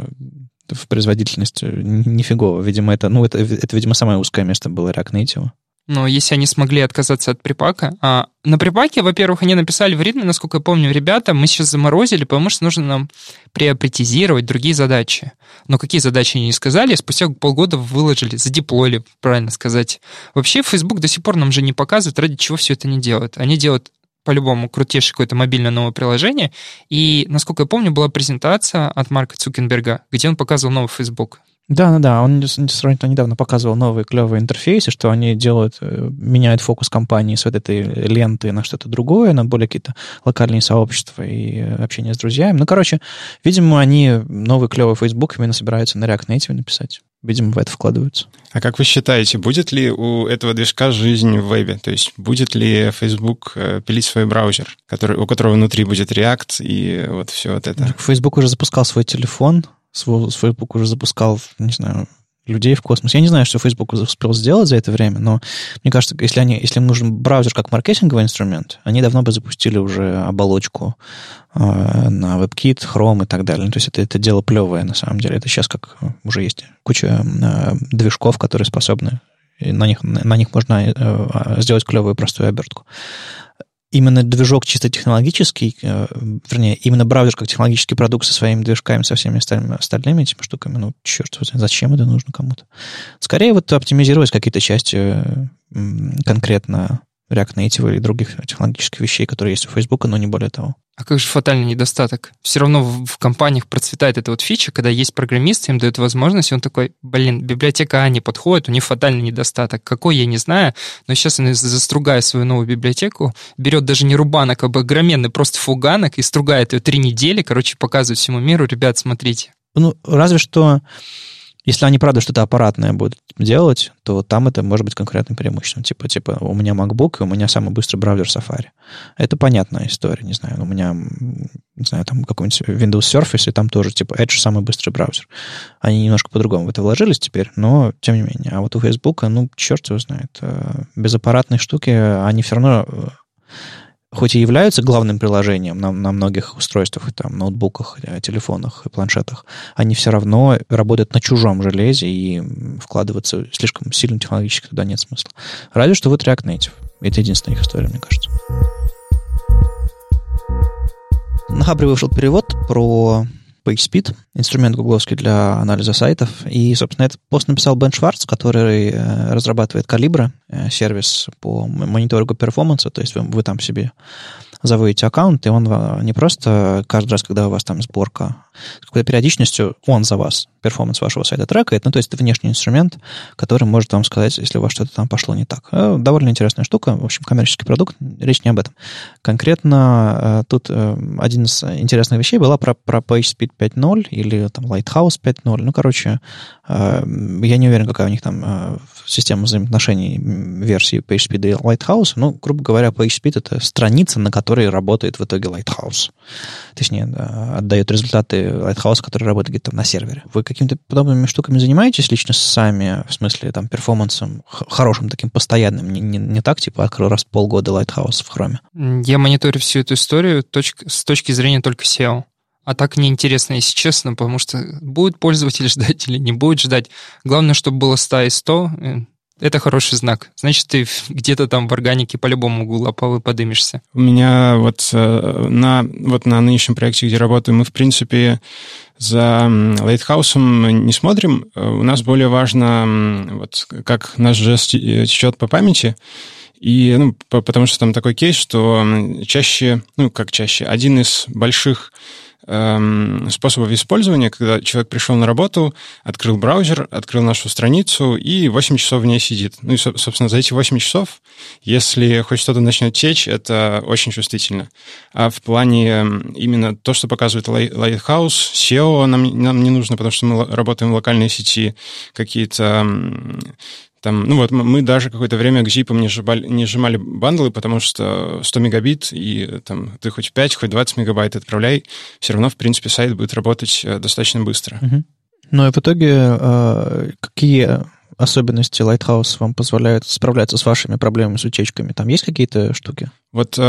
в производительность нифигово. Видимо, это, видимо, самое узкое место было React Native. Но если они смогли отказаться от припака... на припаке, во-первых, они написали в ритме, насколько я помню, ребята, мы сейчас заморозили, потому что нужно нам приоритизировать другие задачи. Но какие задачи они не сказали, спустя полгода выложили, задеплоили, правильно сказать. Вообще, Facebook до сих пор нам же не показывает, ради чего все это не делают. Они делают по-любому крутейшее какое-то мобильное новое приложение. И, насколько я помню, была презентация от Марка Цукерберга, где он показывал новый Facebook. Да, он сравнительно недавно показывал новые клевые интерфейсы, что они делают, меняют фокус компании с вот этой ленты на что-то другое, на более какие-то локальные сообщества и общение с друзьями. Видимо, они новый клевый Facebook именно собираются на React Native написать. Видимо, в это вкладываются. А как вы считаете, будет ли у этого движка жизнь в вебе? То есть будет ли Facebook пилить свой браузер, у которого внутри будет React и вот все вот это? Facebook уже запускал свой телефон, Facebook уже запускал, не знаю, людей в космос. Я не знаю, что Facebook успел сделать за это время, но мне кажется, если им нужен браузер как маркетинговый инструмент, они давно бы запустили уже оболочку на WebKit, Chrome и так далее. То есть это дело плевое на самом деле. Это сейчас как уже есть куча движков, которые способны, и на них можно сделать клевую простую обертку. Именно движок чисто технологический, именно браузер как технологический продукт со своими движками, со всеми остальными этими штуками, черт возьми, зачем это нужно кому-то? Скорее оптимизировать какие-то части конкретно React Native или других технологических вещей, которые есть у Facebook, но не более того. А как же фатальный недостаток? Все равно в компаниях процветает эта вот фича, когда есть программист, им дают возможность, и он такой, библиотека А не подходит, у них фатальный недостаток. Какой, я не знаю, но сейчас он, застругая свою новую библиотеку, берет даже не рубанок, а огроменный просто фуганок и стругает ее 3 недели, показывает всему миру, ребят, смотрите. Разве что если они, правда, что-то аппаратное будут делать, то там это может быть конкурентным преимуществом. Типа у меня MacBook, и у меня самый быстрый браузер Safari. Это понятная история, не знаю. У меня, не знаю, там какой-нибудь Windows Surface, и там тоже Edge самый быстрый браузер. Они немножко по-другому в это вложились теперь, но тем не менее. А вот у Facebook, черт его знает. Без аппаратной штуки они все равно хоть и являются главным приложением на многих устройствах, там, ноутбуках, телефонах и планшетах, они все равно работают на чужом железе, и вкладываться слишком сильно технологически туда нет смысла. Разве что вот React Native. Это единственная их история, мне кажется. На Хабре вышел перевод про PageSpeed, инструмент гугловский для анализа сайтов. И, собственно, этот пост написал Бен Шварц, который разрабатывает Calibra, сервис по мониторингу перформанса. То есть вы там себе заводите аккаунт, и он не просто каждый раз, когда у вас там сборка, с какой-то периодичностью он за вас перформанс вашего сайта трекает. Ну, то есть это внешний инструмент, который может вам сказать, если у вас что-то там пошло не так. Довольно интересная штука. В общем, коммерческий продукт. Речь не об этом. Конкретно тут один из интересных вещей была про PageSpeed 5.0 или там Lighthouse 5.0. Ну, короче, я не уверен, какая у них там система взаимоотношений версии PageSpeed и Lighthouse. Ну, грубо говоря, PageSpeed — это страница, на которой работает в итоге Lighthouse. Точнее, отдает результаты Lighthouse, который работает где-то на сервере. Вы какими-то подобными штуками занимаетесь лично сами, в смысле, там, перформансом, хорошим, таким постоянным, не так, типа, открыл раз в полгода Lighthouse в Chrome? Я мониторю всю эту историю с точки зрения только SEO. А так неинтересно, если честно, потому что будет пользователь ждать или не будет ждать. Главное, чтобы было 100 из 100. Это хороший знак. Значит, ты где-то там в органике по-любому Гугла подымешься. У меня вот на нынешнем проекте, где работаю, мы, в принципе, за Lighthouse не смотрим. У нас более важно, вот как наш жест течет по памяти. И, потому что там такой кейс, что чаще, один из больших способов использования, когда человек пришел на работу, открыл браузер, открыл нашу страницу и 8 часов в ней сидит. Ну и, собственно, за эти 8 часов, если хоть что-то начнет течь, это очень чувствительно. А в плане именно то, что показывает Lighthouse, SEO нам не нужно, потому что мы работаем в локальной сети, какие-то... Там, мы даже какое-то время к зипам не сжимали бандлы, потому что 100 мегабит, и там ты хоть 5, хоть 20 мегабайт отправляй, все равно, в принципе, сайт будет работать достаточно быстро. Угу. Ну и в итоге какие особенности Lighthouse вам позволяют справляться с вашими проблемами с утечками? Там есть какие-то штуки? Вот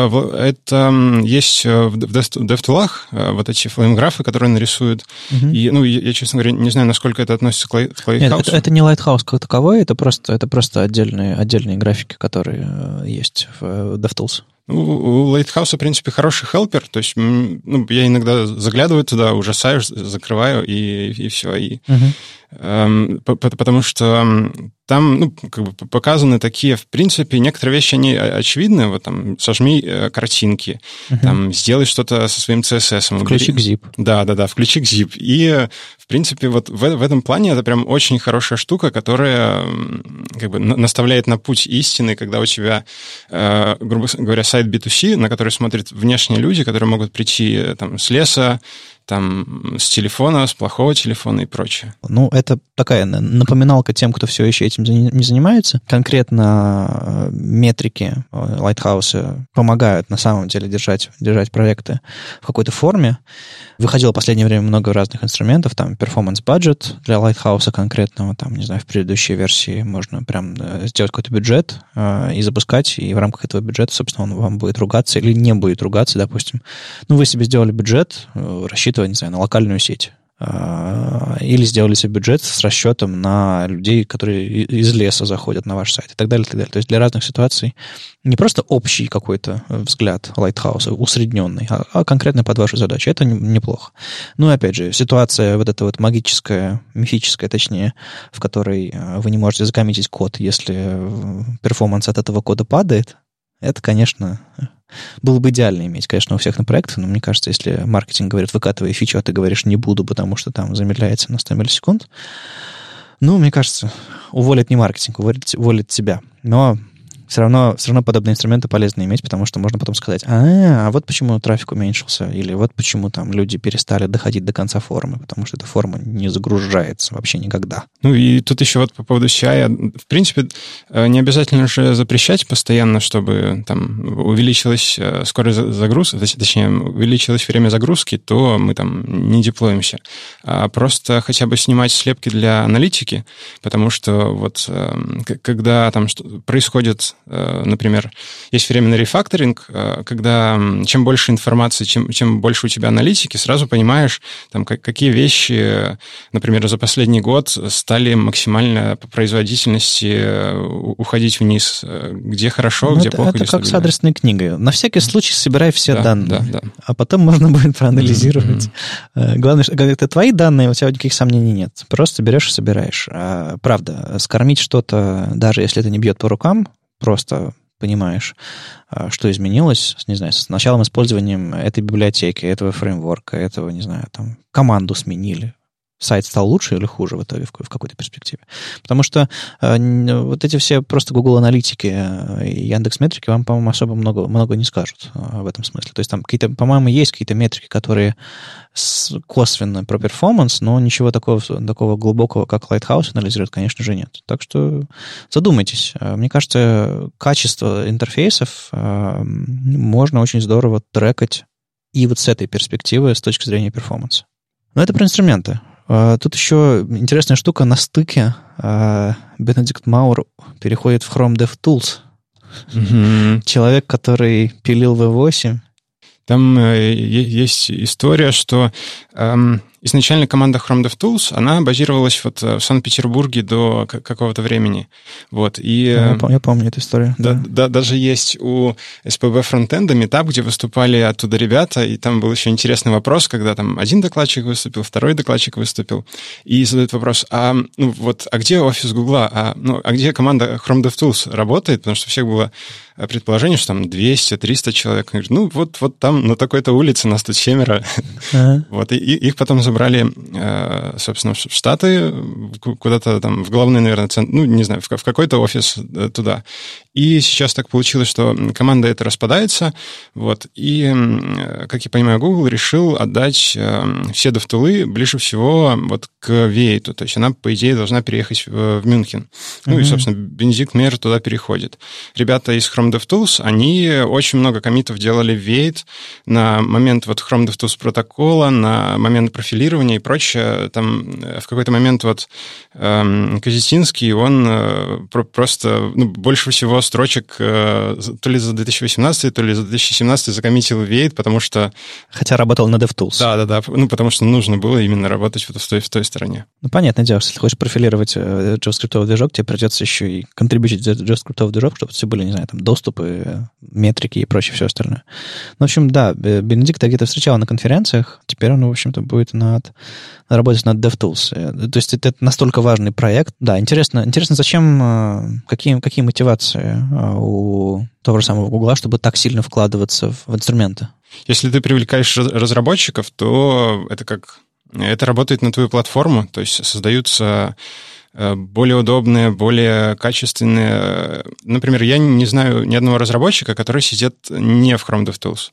это есть в DevTool'ах вот эти флейм-графы, которые нарисуют. Uh-huh. И, я, честно говоря, не знаю, насколько это относится к Lighthouse. Нет, это не Lighthouse как таковой, это просто отдельные графики, которые есть в DevTools. У Lighthouse, в принципе, хороший хелпер, то есть я иногда заглядываю туда, ужасаю, закрываю, и все. Потому что там показаны такие, в принципе, некоторые вещи, они очевидны. Вот там сожми картинки, там сделай что-то со своим CSS. Включи zip. Да, включи zip. И, в принципе, вот в этом плане это прям очень хорошая штука, которая наставляет на путь истины, когда у тебя, грубо говоря, сайт B2C, на который смотрят внешние люди, которые могут прийти там с леса, там, с телефона, с плохого телефона и прочее. Это такая напоминалка тем, кто все еще этим не занимается. Конкретно метрики Lighthouse помогают на самом деле держать проекты в какой-то форме. Выходило в последнее время много разных инструментов, там, performance budget для Lighthouse конкретного, там, не знаю, в предыдущей версии можно прям сделать какой-то бюджет и запускать, и в рамках этого бюджета, собственно, он вам будет ругаться или не будет ругаться, допустим. Вы себе сделали бюджет, рассчитывая, не знаю, на локальную сеть. Или сделали себе бюджет с расчетом на людей, которые из леса заходят на ваш сайт и так далее, и так далее. То есть для разных ситуаций не просто общий какой-то взгляд Lighthouse, усредненный, а конкретно под вашу задачу. Это неплохо. Ну и опять же, ситуация вот эта вот магическая, мифическая, точнее, в которой вы не можете закоммитить код, если перформанс от этого кода падает, это, конечно, было бы идеально иметь, конечно, у всех на проектах, но мне кажется, если маркетинг говорит, выкатывай фичу, а ты говоришь, не буду, потому что там замедляется на 100 миллисекунд, мне кажется, уволят не маркетинг, уволят тебя. Но все равно подобные инструменты полезно иметь, потому что можно потом сказать, а вот почему трафик уменьшился, или вот почему там люди перестали доходить до конца формы, потому что эта форма не загружается вообще никогда. И тут еще вот по поводу CI, в принципе, не обязательно же запрещать постоянно, чтобы там увеличилась скорость загрузки, точнее, увеличилось время загрузки, то мы там не деплоимся. А просто хотя бы снимать слепки для аналитики, потому что вот когда там происходит например, есть временный рефакторинг, когда чем больше информации, чем больше у тебя аналитики, сразу понимаешь, там, какие вещи, например, за последний год стали максимально по производительности уходить вниз, где хорошо, где плохо. Это как с адресной книгой. На всякий случай собирай все данные, да. А потом можно будет проанализировать. Главное, что когда это твои данные, у тебя никаких сомнений нет. Просто берешь и собираешь. Правда, скормить что-то, даже если это не бьет по рукам, просто понимаешь, что изменилось, не знаю, с началом использования этой библиотеки, этого фреймворка, этого, не знаю, там, команду сменили. Сайт стал лучше или хуже в итоге в какой-то перспективе. Потому что вот эти все просто Google аналитики и Яндекс.Метрики вам, по-моему, особо много не скажут в этом смысле. То есть там какие-то, по-моему, есть какие-то метрики, которые косвенно про перформанс, но ничего такого глубокого, как Lighthouse анализирует, конечно же, нет. Так что задумайтесь. Мне кажется, качество интерфейсов можно очень здорово трекать и вот с этой перспективы, с точки зрения перформанса. Но это про инструменты. Тут еще интересная штука на стыке. Бенедикт Маур переходит в Chrome DevTools. Mm-hmm. Человек, который пилил V8. Там есть история, что изначально команда Chrome DevTools, она базировалась вот в Санкт-Петербурге до какого-то времени. Вот, и, я помню эту историю. Да, даже есть у SPB фронтенда митап, где выступали оттуда ребята, и там был еще интересный вопрос, когда там один докладчик выступил, второй докладчик выступил, и задают вопрос, а где офис Гугла, а где команда Chrome DevTools работает, потому что у всех было предположение, что там 200-300 человек. Говорит, вот там на такой-то улице нас тут 7. Вот, и их потом забрали, собственно, в Штаты, куда-то там в главный, наверное, центр, не знаю, в какой-то офис туда. И сейчас так получилось, что команда эта распадается, вот, и, как я понимаю, Google решил отдать все DevTools ближе всего вот к V8, то есть она, по идее, должна переехать в Мюнхен. И, собственно, Бенедикт Мейер туда переходит. Ребята из Chrome DevTools, они очень много коммитов делали в V8 на момент вот Chrome DevTools протокола, на момент профилирования и прочее. Там в какой-то момент вот Козетинский, он просто больше всего строчек то ли за 2018, то ли за 2017 закоммитил в V8, потому что... Хотя работал на DevTools. Да, потому что нужно было именно работать вот в той стороне. Понятное дело, если хочешь профилировать JavaScript движок, тебе придется еще и контрибьютить JavaScript движок, чтобы все были, не знаю, там, доступы, метрики и прочее, все остальное. В общем, да, Бенедикт я где-то встречал на конференциях, теперь он, в общем-то, будет работать над DevTools. То есть это настолько важный проект. Да, интересно, зачем, какие мотивации у того же самого Гугла, чтобы так сильно вкладываться в инструменты? Если ты привлекаешь разработчиков, то это работает на твою платформу, то есть создаются более удобные, более качественные. Например, я не знаю ни одного разработчика, который сидит не в Chrome DevTools,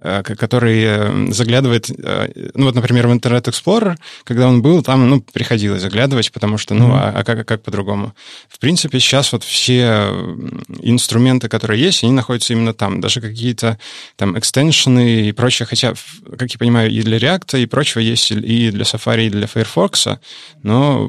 который заглядывает, например, в Internet Explorer, когда он был, там, приходилось заглядывать, потому что, как по-другому. В принципе, сейчас вот все инструменты, которые есть, они находятся именно там. Даже какие-то там экстеншены и прочее, хотя, как я понимаю, и для React, и прочего есть, и для Safari, и для Firefox, но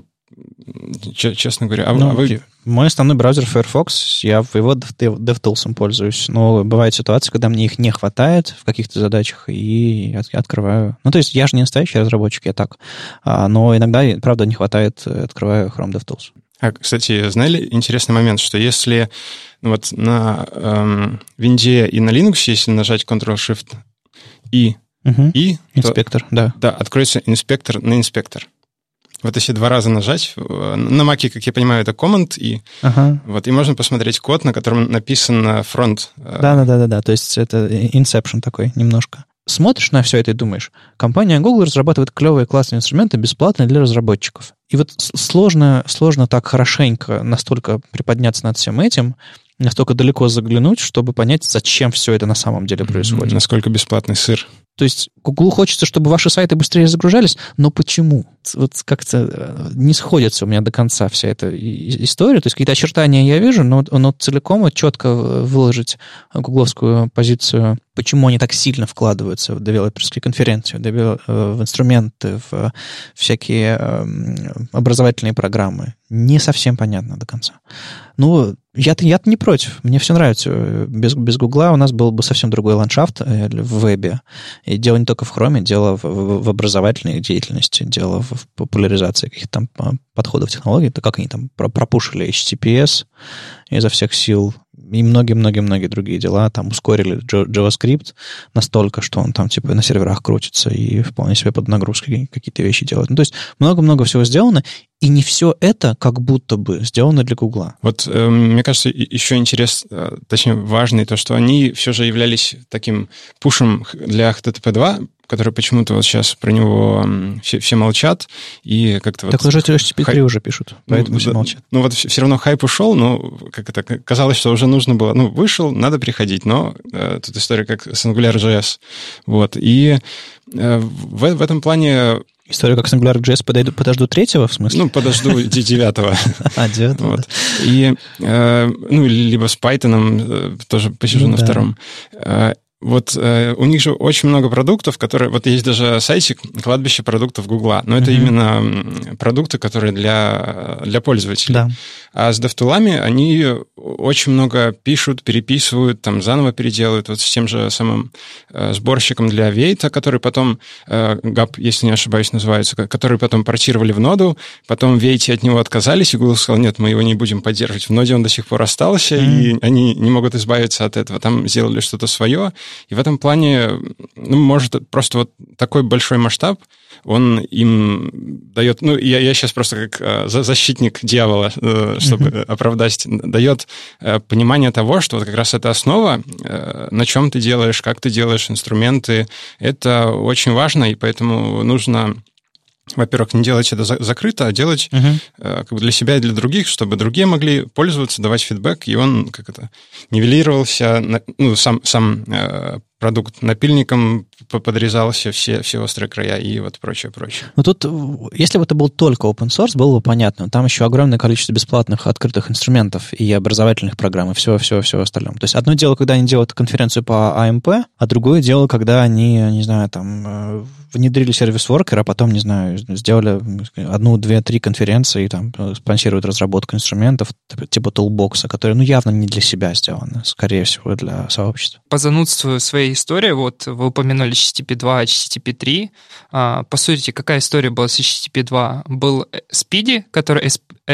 честно говоря, мой основной браузер Firefox, я его DevTools пользуюсь, но бывают ситуации, когда мне их не хватает в каких-то задачах, и открываю. То есть я же не настоящий разработчик, я так. Но иногда, правда, не хватает, открываю Chrome DevTools. Кстати, знали интересный момент, что если на Винде и на Linux, если нажать Ctrl-Shift-I, инспектор, да, откроется инспектор на инспектор. Вот если 2 раза нажать, на Маке, как я понимаю, это Command, и можно посмотреть код, на котором написан фронт. Да. То есть это Inception такой немножко. Смотришь на все это и думаешь, компания Google разрабатывает клевые классные инструменты бесплатно для разработчиков. И вот сложно так хорошенько настолько приподняться над всем этим, настолько далеко заглянуть, чтобы понять, зачем все это на самом деле происходит. Насколько бесплатный сыр. То есть Google хочется, чтобы ваши сайты быстрее загружались, но почему? вот как-то не сходится у меня до конца вся эта история. То есть какие-то очертания я вижу, но целиком вот четко выложить гугловскую позицию, почему они так сильно вкладываются в девелоперские конференции, в инструменты, в всякие образовательные программы, не совсем понятно до конца. Ну, я-то не против. Мне все нравится. Без Гугла у нас был бы совсем другой ландшафт в вебе. И дело не только в Chrome, дело в образовательной деятельности, дело в популяризации каких-то там подходов технологий. То как они там пропушили HTTPS изо всех сил и многие-многие-многие другие дела. Там ускорили JavaScript настолько, что он там типа на серверах крутится и вполне себе под нагрузкой какие-то вещи делает. Ну, то есть много-много всего сделано, и не все это как будто бы сделано для Гугла. Вот мне кажется, еще интересно, точнее важно то, что они все же являлись таким пушем для HTTP 2, который почему-то вот сейчас про него все молчат, и как-то так вот... уже HTTP 3 уже пишут, поэтому все молчат. Ну вот все равно хайп ушел, но как это казалось, что уже нужно было... Ну, вышел, надо приходить, но тут история как с AngularJS. Вот, и в этом плане... История как с AngularJS подожду третьего, в смысле? Ну, подожду 9-го. А, 9-го, вот. И, либо с Python тоже посижу на втором. Вот у них же очень много продуктов, которые... Вот есть даже сайтик «Кладбище продуктов Гугла», но это именно продукты, которые для пользователей. Да. А с DevTool'ами они очень много пишут, переписывают, там заново переделывают. Вот с тем же самым сборщиком для Вейта, который потом, GAP, если не ошибаюсь, называется, который потом портировали в ноду, потом в Вейте от него отказались, и Google сказал, нет, мы его не будем поддерживать. В ноде он до сих пор остался, и они не могут избавиться от этого. Там сделали что-то свое. И в этом плане, может, просто вот такой большой масштаб, он им дает... Ну, я сейчас просто как защитник дьявола, чтобы оправдать, дает понимание того, что вот как раз эта основа, на чем ты делаешь, как ты делаешь инструменты, это очень важно, и поэтому нужно... Во-первых, не делать это закрыто, а делать как бы для себя и для других, чтобы другие могли пользоваться, давать фидбэк, и он нивелировался, сам продукт напильником подрезался, все острые края и вот прочее. Ну тут, если бы это был только open source, было бы понятно. Там еще огромное количество бесплатных открытых инструментов и образовательных программ, и все остальное. То есть одно дело, когда они делают конференцию по AMP, а другое дело, когда они, не знаю, там, внедрили сервис Worker, а потом, не знаю, сделали 1, 2, 3 конференции и там спонсируют разработку инструментов типа Toolbox, которые, явно не для себя сделаны, скорее всего, для сообщества. По занудству своей истории, вот вы упомянули HTTP 2, HTTP 3. По сути, какая история была с HTTP 2? Был Speedy, который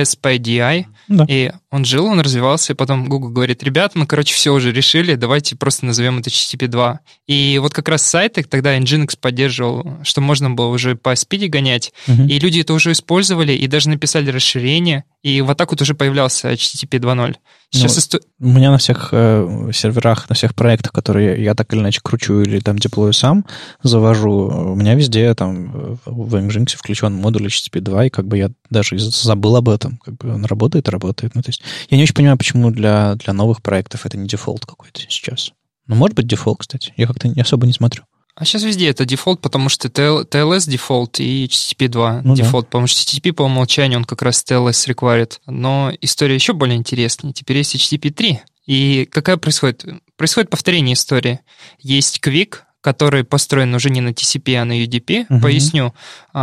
SPDI, да. И он жил, он развивался, и потом Google говорит, ребят, мы, все уже решили, давайте просто назовем это HTTP 2. И вот как раз сайты, тогда Nginx поддерживал, что можно было уже по Speedy гонять, и люди это уже использовали, и даже написали расширение, и вот так вот уже появлялся HTTP 2.0. Сейчас у меня на всех серверах, на всех проектах, которые я так или иначе кручу или там деплою сам, завожу, у меня везде там в Nginx включен модуль HTTP 2, и я даже забыл об этом. Он работает и работает. Ну, то есть я не очень понимаю, почему для новых проектов это не дефолт какой-то сейчас. Может быть, дефолт, кстати. Я как-то особо не смотрю. А сейчас везде это дефолт, потому что TLS дефолт и HTTP 2 дефолт. Да. Потому что HTTP по умолчанию он как раз TLS required. Но история еще более интереснее. Теперь есть HTTP 3. И какая происходит? Происходит повторение истории. Есть Quick, который построен уже не на TCP, а на UDP. Поясню.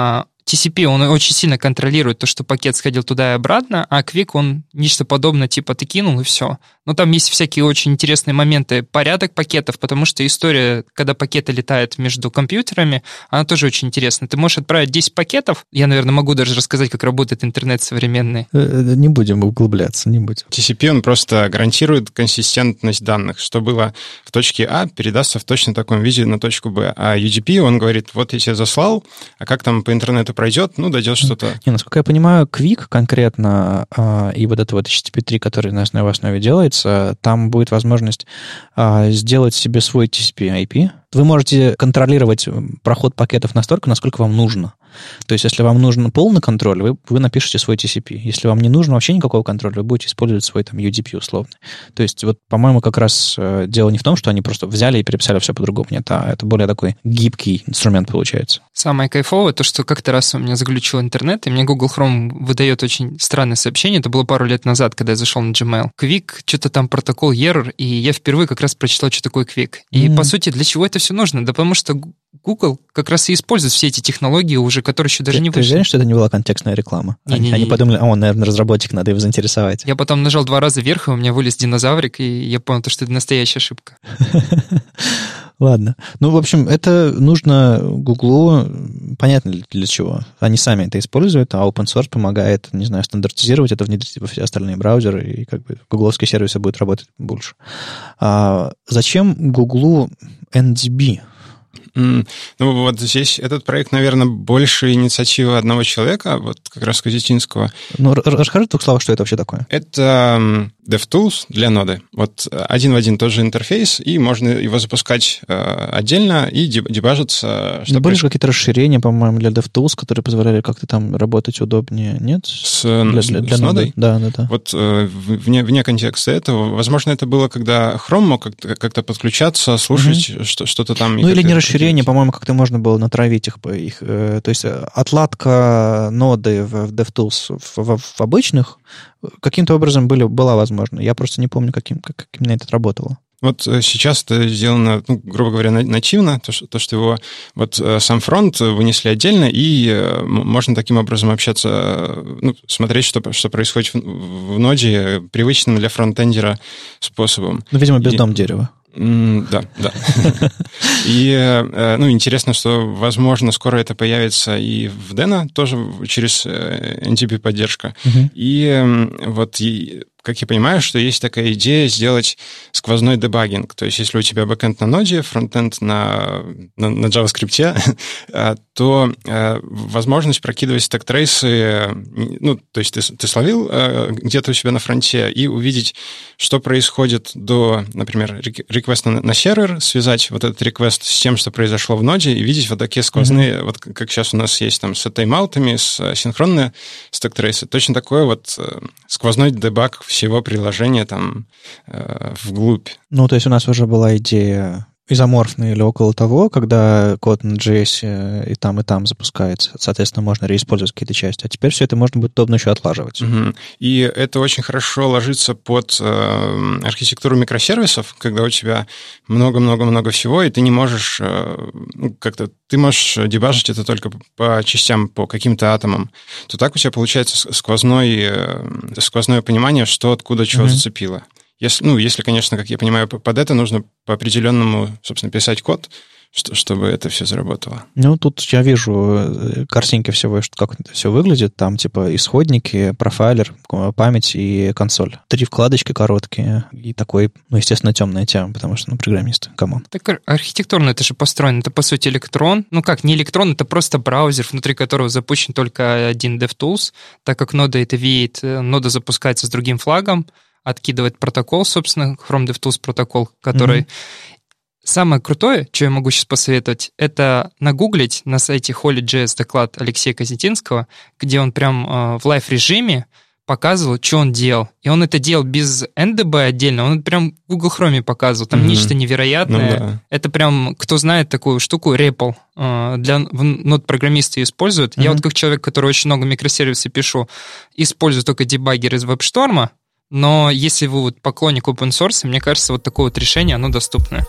TCP, он очень сильно контролирует то, что пакет сходил туда и обратно, а Quick, он нечто подобное, типа ты кинул и все. Но там есть всякие очень интересные моменты. Порядок пакетов, потому что история, когда пакеты летают между компьютерами, она тоже очень интересна. Ты можешь отправить 10 пакетов. Я, наверное, могу даже рассказать, как работает интернет современный. Не будем углубляться, не будем. TCP, он просто гарантирует консистентность данных. Что было в точке А, передастся в точно таком виде на точку Б. А UDP, он говорит, вот я тебе заслал, а как там по интернету пройдет, дойдет что-то. Насколько я понимаю, Quick конкретно и вот это вот HTTP 3, который на основе делается, там будет возможность сделать себе свой TCP IP. Вы можете контролировать проход пакетов настолько, насколько вам нужно. То есть, если вам нужен полный контроль, вы напишите свой TCP. Если вам не нужно вообще никакого контроля, вы будете использовать свой там UDP условный. То есть, вот, по-моему, как раз дело не в том, что они просто взяли и переписали все по-другому. Нет, а это более такой гибкий инструмент получается. Самое кайфовое, то, что как-то раз у меня заглючил интернет, и мне Google Chrome выдает очень странное сообщение. Это было пару лет назад, когда я зашел на Gmail. Quick, что-то там протокол error, и я впервые как раз прочитал, что такое Quick. И, по сути, для чего это все нужно? Да потому что Google как раз и использует все эти технологии уже, которые еще даже не вышли. Ты уверен, что это не была контекстная реклама? Они подумали, наверное, разработчик, надо его заинтересовать. Я потом нажал 2 раза вверх, и у меня вылез динозаврик, и я понял, что это настоящая ошибка. Ладно. Ну, в общем, это нужно Гуглу, понятно для чего. Они сами это используют, а open source помогает, не знаю, стандартизировать это, внедрить во все остальные браузеры, и как бы гугловские сервисы будут работать больше. Зачем Гуглу NDB? Ну, вот здесь этот проект, наверное, больше инициатива одного человека, вот как раз Козетинского. Ну, расскажи в 2 словах, что это вообще такое. Это DevTools для ноды. Вот один в один тот же интерфейс, и можно его запускать отдельно и дебажиться. Были же какие-то расширения, по-моему, для DevTools, которые позволяли как-то там работать удобнее, нет? С нодой? Да. Вот вне контекста этого, возможно, это было, когда Chrome мог как-то подключаться, слушать что-то там. Ну, или не расширение, по-моему, как-то можно было натравить их. То есть отладка ноды в DevTools в обычных каким-то образом была возможна. Я просто не помню, как именно это работало. Вот сейчас это сделано, грубо говоря, нативно, то, что его вот сам фронт вынесли отдельно, и можно таким образом общаться, смотреть, что происходит в ноде привычным для фронтендера способом. Ну, видимо, без дом дерева. Да. И, интересно, что, возможно, скоро это появится и в Deno, тоже через NTP-поддержка. И вот как я понимаю, что есть такая идея сделать сквозной дебагинг. То есть, если у тебя бэкэнд на ноде, фронтенд на JavaScript, то возможность прокидывать стэк-трейсы, то есть ты словил где-то у себя на фронте и увидеть, что происходит до, например, реквеста на сервер, связать вот этот реквест с тем, что произошло в ноде, и видеть вот такие сквозные, вот как сейчас у нас есть там с тайм-аутами, с синхронные стэк-трейсы. Точно такой вот сквозной дебаг всего приложения там вглубь. Ну, то есть у нас уже была идея изоморфная или около того, когда код на JS и там запускается. Соответственно, можно реиспользовать какие-то части. А теперь все это можно будет удобно еще отлаживать. И это очень хорошо ложится под архитектуру микросервисов, когда у тебя много-много-много всего, и ты не можешь ты можешь дебажить это только по частям, по каким-то атомам. То так у тебя получается сквозное понимание, что откуда чего зацепило. Если, конечно, как я понимаю, под это нужно по определенному, собственно, писать код, чтобы это все заработало. Ну, тут я вижу картинки всего, как это все выглядит. Там, типа, исходники, профайлер, память и консоль. 3 вкладочки короткие и такой, естественно, темная тема, потому что, программисты, камон. Так архитектурно это же построено. Это, по сути, электрон. Не электрон, это просто браузер, внутри которого запущен только один DevTools. Так как нода это V8, нода запускается с другим флагом, откидывает протокол, собственно, Chrome DevTools протокол, который... Самое крутое, что я могу сейчас посоветовать, это нагуглить на сайте Holy.js доклад Алексея Козетинского, где он прям в лайв-режиме показывал, что он делал. И он это делал без NDB отдельно, он прям в Google Chrome показывал. Там нечто невероятное. Это прям, кто знает такую штуку, REPL, для нод-программисты используют. Я вот как человек, который очень много микросервисов пишу, использую только дебаггер из WebStorm, но если вы вот поклонник open source, мне кажется, вот такое вот решение, оно доступное.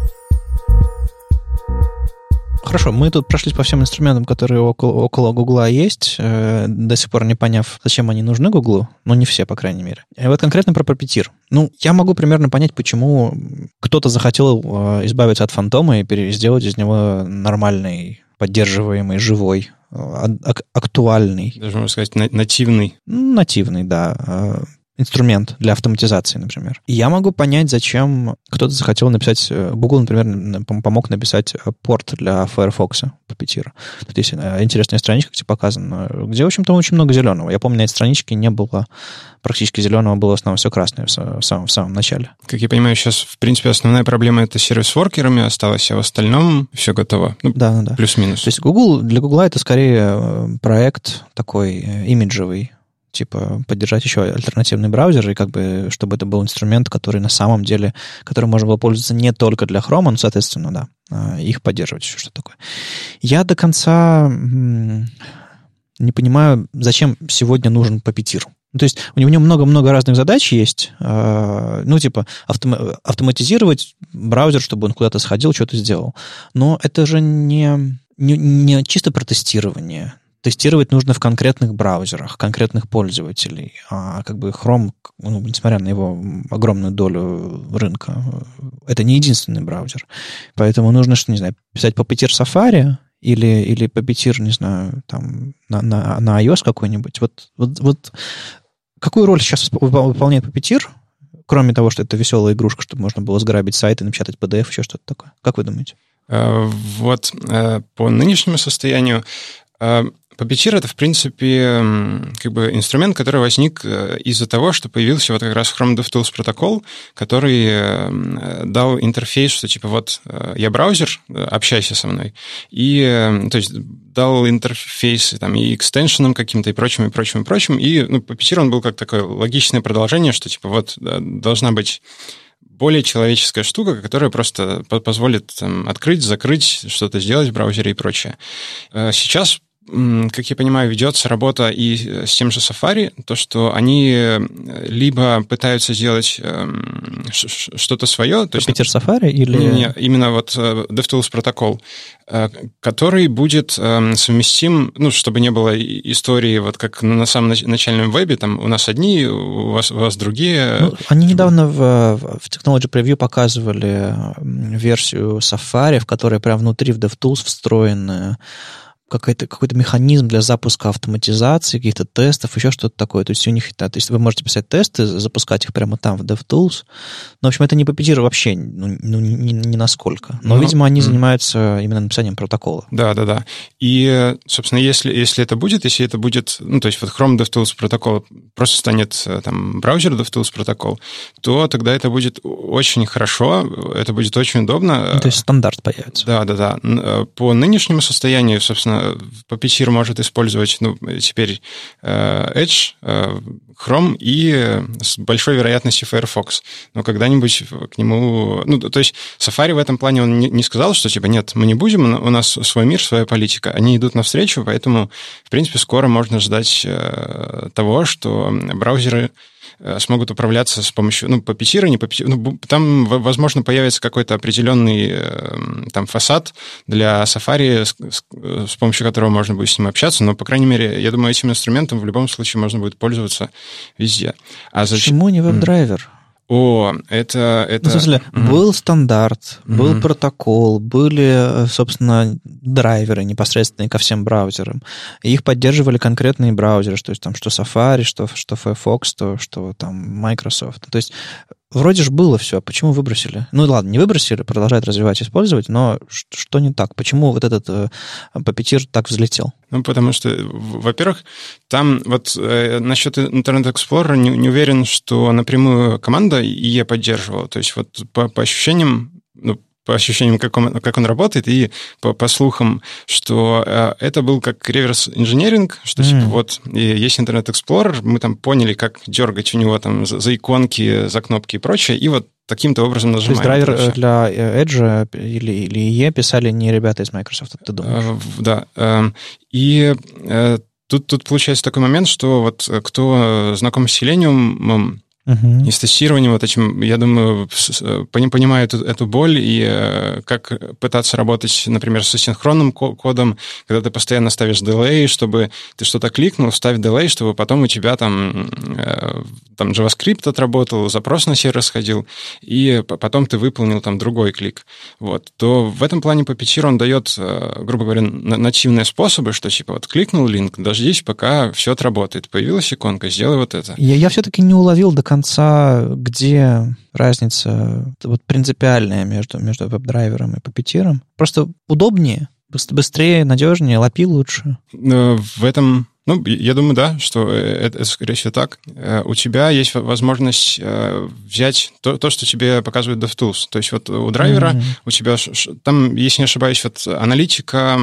Хорошо, мы тут прошлись по всем инструментам, которые около Гугла есть, до сих пор не поняв, зачем они нужны Гуглу, не все, по крайней мере. И вот конкретно про Puppeteer. Я могу примерно понять, почему кто-то захотел избавиться от фантома и сделать из него нормальный, поддерживаемый, живой, актуальный. Даже можно сказать, нативный. Нативный, да. инструмент для автоматизации, например. И я могу понять, зачем кто-то захотел написать... Google, например, помог написать порт для Firefox Puppeteer. Тут есть интересная страничка, где показано, где, в общем-то, очень много зеленого. Я помню, на этой страничке не было практически зеленого, было в основном все красное в самом начале. Как я понимаю, сейчас, в принципе, основная проблема это сервис-воркерами осталась, а в остальном все готово. Да. Плюс-минус. То есть для Google это скорее проект такой имиджевый, типа поддержать еще альтернативный браузер, и как бы, чтобы это был инструмент, который на самом деле, которым можно было пользоваться не только для Chrome, но, соответственно, да, их поддерживать, еще что такое. Я до конца не понимаю, зачем сегодня нужен Puppeteer. То есть у него много-много разных задач есть, типа автоматизировать браузер, чтобы он куда-то сходил, что-то сделал. Но это же не чисто про тестирование. Тестировать нужно в конкретных браузерах, конкретных пользователей. А как бы Chrome, несмотря на его огромную долю рынка, это не единственный браузер. Поэтому нужно, не знаю, писать Puppeteer Safari или Puppeteer, не знаю, там на iOS какой-нибудь. Вот какую роль сейчас выполняет Puppeteer, кроме того, что это веселая игрушка, чтобы можно было сграбить сайт и напечатать PDF, еще что-то такое? Как вы думаете? По нынешнему состоянию Puppeteer — это, в принципе, как бы инструмент, который возник из-за того, что появился вот как раз Chrome DevTools протокол, который дал интерфейс, что типа вот я браузер, общайся со мной, и то есть дал интерфейс там и экстеншенам каким-то, и прочим, и Puppeteer, он был как такое логичное продолжение, что типа вот должна быть более человеческая штука, которая просто позволит там открыть, закрыть, что-то сделать в браузере и прочее. Сейчас, как я понимаю, ведется работа и с тем же Safari, то, что они либо пытаются сделать что-то свое... Puppeteer Safari или... Не, именно вот DevTools протокол, который будет совместим, чтобы не было истории, вот как на самом начальном вебе, там у нас одни, у вас другие. Они недавно в Technology Preview показывали версию Safari, в которой прямо внутри в DevTools встроена какой-то механизм для запуска автоматизации, каких-то тестов, еще что-то такое. То есть у них, то есть вы можете писать тесты, запускать их прямо там, в DevTools. Но, в общем, это не Puppeteer вообще, ни насколько. Но, видимо, они занимаются именно написанием протокола. Да. И, собственно, если это будет, то есть вот Chrome DevTools протокол просто станет там браузер DevTools протокол, то тогда это будет очень хорошо, это будет очень удобно. То есть стандарт появится. Да. По нынешнему состоянию, собственно, Puppeteer может использовать теперь Edge, Chrome и с большой вероятностью Firefox. Но когда-нибудь к нему... то есть Safari в этом плане он не сказал, что типа нет, мы не будем, у нас свой мир, своя политика. Они идут навстречу, поэтому, в принципе, скоро можно ждать того, что браузеры смогут управляться с помощью, Puppeteer, не Puppeteer, там, возможно, появится какой-то определенный там фасад для Safari, с помощью которого можно будет с ним общаться, но, по крайней мере, я думаю, этим инструментом в любом случае можно будет пользоваться везде. Почему не веб-драйвер? Это... В смысле, был стандарт, был протокол, были, собственно, драйверы непосредственные ко всем браузерам. И их поддерживали конкретные браузеры, то есть там что Safari, что Firefox, что там Microsoft. То есть вроде же было все. Почему выбросили? Ладно, не выбросили, продолжают развивать и использовать, но что не так? Почему вот этот Puppeteer так взлетел? Потому что, во-первых, там вот насчет Internet Explorer не уверен, что напрямую команда IE поддерживала. То есть вот по ощущениям, как он работает, и по слухам, что это был как реверс-инженеринг, что типа вот есть Internet Explorer, мы там поняли, как дергать у него там за иконки, за кнопки и прочее, и вот таким-то образом нажимаем. То есть драйвер для Edge или IE писали не ребята из Microsoft, ты думаешь? Да. И тут получается такой момент, что вот кто знаком с Selenium, И с тестированием вот этим, я думаю, понимаю эту боль и как пытаться работать, например, с асинхронным кодом, когда ты постоянно ставишь delay, чтобы ты что-то кликнул, ставь delay, чтобы потом у тебя там JavaScript отработал, запрос на сервер сходил, и потом ты выполнил там другой клик. Вот. То в этом плане Puppeteer, он дает, грубо говоря, нативные способы, что типа вот кликнул линк, дождись, пока все отработает. Появилась иконка, сделай вот это. Я все-таки не уловил до конца, где разница вот принципиальная между веб-драйвером и Puppeteer. Просто удобнее, быстрее, надежнее, API лучше. В этом... я думаю, да, что это, скорее всего, так. У тебя есть возможность взять то, что тебе показывает DevTools. То есть вот у драйвера у тебя там, если не ошибаюсь, вот аналитика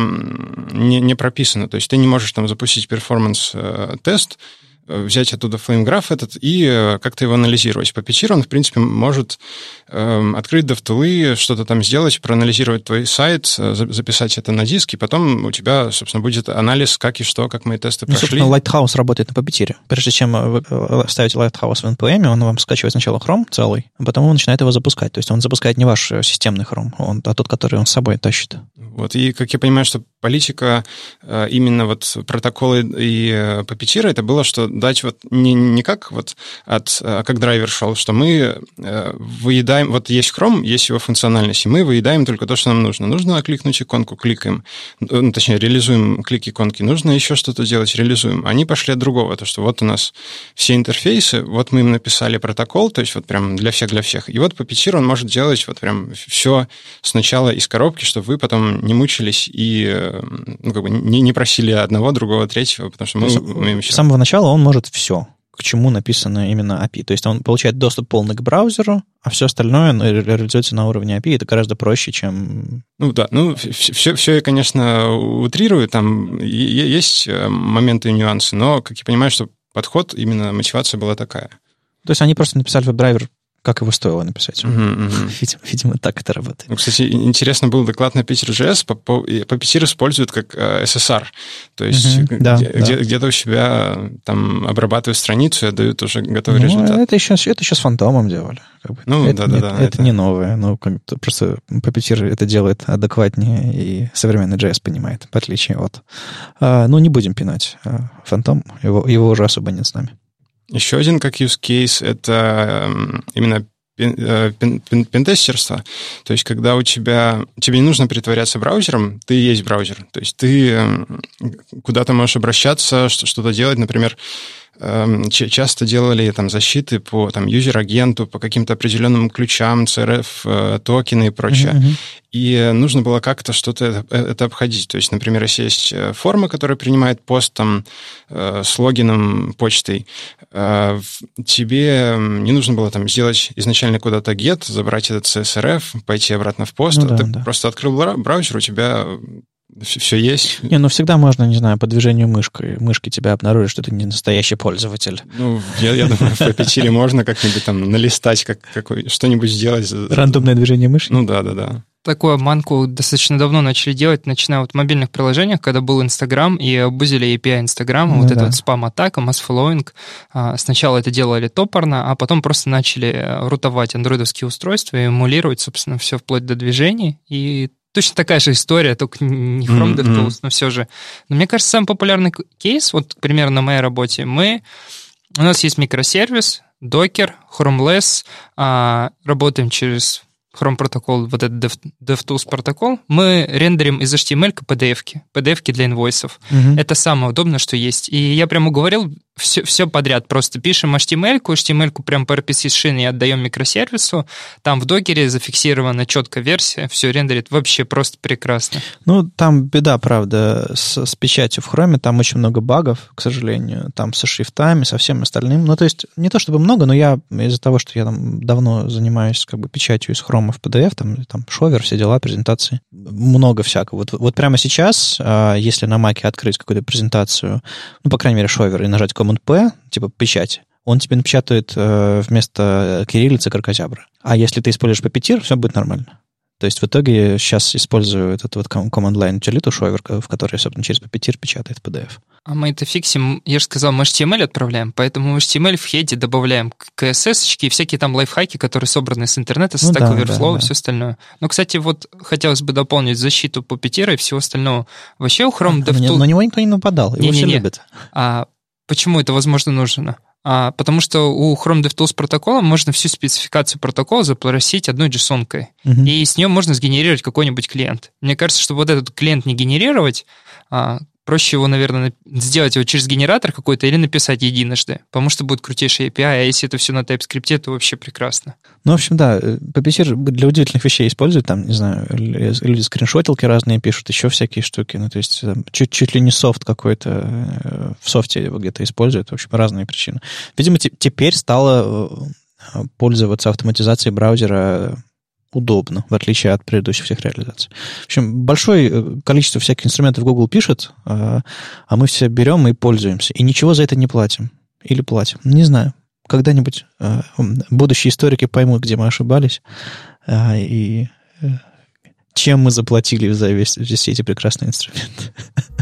не прописана. То есть ты не можешь там запустить перформанс-тест, взять оттуда FlameGraph этот и как-то его анализировать. Puppeteer, он, в принципе, может открыть DevTools, что-то там сделать, проанализировать твой сайт, записать это на диск, и потом у тебя, собственно, будет анализ, как и что, как мои тесты прошли. Собственно, Lighthouse работает на Puppeteer. Прежде чем вы ставите Lighthouse в NPM, он вам скачивает сначала Chrome целый, а потом он начинает его запускать. То есть он запускает не ваш системный Chrome, а тот, который он с собой тащит. Вот, и как я понимаю, что политика именно вот протоколы и Puppeteer, это было, что дать вот не как вот как драйвер шел, что мы выедаем, вот есть Chrome, есть его функциональность, и мы выедаем только то, что нам нужно. Нужно кликнуть иконку, кликаем, точнее, реализуем клик иконки, нужно еще что-то делать, реализуем. Они пошли от другого, то, что вот у нас все интерфейсы, вот мы им написали протокол, то есть вот прям для всех, и вот Puppeteer, он может делать вот прям все сначала из коробки, чтобы вы потом не мучились и не просили одного, другого, третьего, потому что мы умеем еще. С самого начала он может все, к чему написано именно API. То есть он получает доступ полный к браузеру, а все остальное реализуется на уровне API. Это гораздо проще, чем... Все я, конечно, утрирую, там есть моменты и нюансы, но, как я понимаю, что подход, именно мотивация была такая. То есть они просто написали веб-драйвер, как его стоило написать. Видимо, так это работает. Кстати, интересно был доклад на Puppeteer.js. Puppeteer использует как SSR. То есть где-то у себя там обрабатывают страницу и отдают уже готовый результат. Это еще с фантомом делали. Это не новое. Просто Puppeteer это делает адекватнее, и современный JS понимает, в отличие от... не будем пинать. Фантом, его уже особо нет с нами. Еще один как use case — это именно пентестерство. То есть, когда тебе не нужно притворяться браузером, ты и есть браузер. То есть, ты куда-то можешь обращаться, что-то делать. Например, часто делали там защиты по юзер-агенту, по каким-то определенным ключам, CRF, токены и прочее. И нужно было как-то что-то это обходить. То есть, например, если есть форма, которая принимает пост там, с логином почтой, тебе не нужно было там сделать изначально куда-то get, забрать этот CSRF, пойти обратно в пост. Просто открыл браузер, у тебя все есть. Всегда можно, не знаю, по движению мышки тебя обнаружить, что ты не настоящий пользователь. Я думаю, в Puppeteer можно как-нибудь там налистать, что-нибудь сделать. Рандомное движение мыши? Да. Такую обманку достаточно давно начали делать, начиная от мобильных приложениях, когда был Инстаграм, и обузили API Инстаграма, это вот спам-атака, масс-фоллоуинг. Сначала это делали топорно, а потом просто начали рутовать андроидовские устройства и эмулировать, собственно, все вплоть до движений. И точно такая же история, только не from DevTools, но все же. Но мне кажется, самый популярный кейс, вот, к примеру, на моей работе, у нас есть микросервис, Docker, Chromeless, работаем через Chrome протокол, вот этот DevTools протокол, мы рендерим из HTML PDF-ки для инвойсов. Это самое удобное, что есть. И я прямо говорил, все подряд, просто пишем HTML-ку прям по RPC-шине отдаем микросервису, там в докере зафиксирована четкая версия, все рендерит вообще просто прекрасно. Там беда, правда, с печатью в Chrome, там очень много багов, к сожалению, там со шрифтами, со всем остальным. То есть не то чтобы много, но я из-за того, что я там давно занимаюсь печатью из Chrome в PDF, там шовер, все дела, презентации, много всякого. Вот прямо сейчас, если на Mac открыть какую-то презентацию, по крайней мере, шовер, и нажать Command-P, типа печать, он тебе напечатает вместо кириллицы кракозябра. А если ты используешь Puppeteer, все будет нормально. То есть в итоге сейчас использую этот вот command line утилиту Shower, в которой, собственно, через Puppeteer печатает PDF. А мы это фиксим, я же сказал, мы HTML отправляем, поэтому HTML в хеде добавляем CSS-очки и всякие там лайфхаки, которые собраны с интернета, с Stack Overflow и все остальное. Но, кстати, вот хотелось бы дополнить защиту Puppeteer и всего остального. Вообще у Chrome DevTools... На него никто не нападал, его все любят. А почему это, возможно, нужно? Потому что у Chrome DevTools протокола можно всю спецификацию протокола запросить одной JSON-кой, и с нее можно сгенерировать какой-нибудь клиент. Мне кажется, что вот этот клиент не генерировать, проще его, наверное, сделать его через генератор какой-то или написать единожды, потому что будет крутейший API, а если это все на TypeScript, то вообще прекрасно. Ну, в общем, да, Puppeteer для удивительных вещей используют, там, не знаю, люди скриншотилки разные пишут, еще всякие штуки, ну, то есть там, чуть ли не софт какой-то в софте его где-то используют, в общем, разные причины. Видимо, теперь стало пользоваться автоматизацией браузера удобно, в отличие от предыдущих всех реализаций. В общем, большое количество всяких инструментов Google пишет, а мы все берем и пользуемся. И ничего за это не платим. Или платим. Не знаю. Когда-нибудь будущие историки поймут, где мы ошибались, и чем мы заплатили за все эти прекрасные инструменты.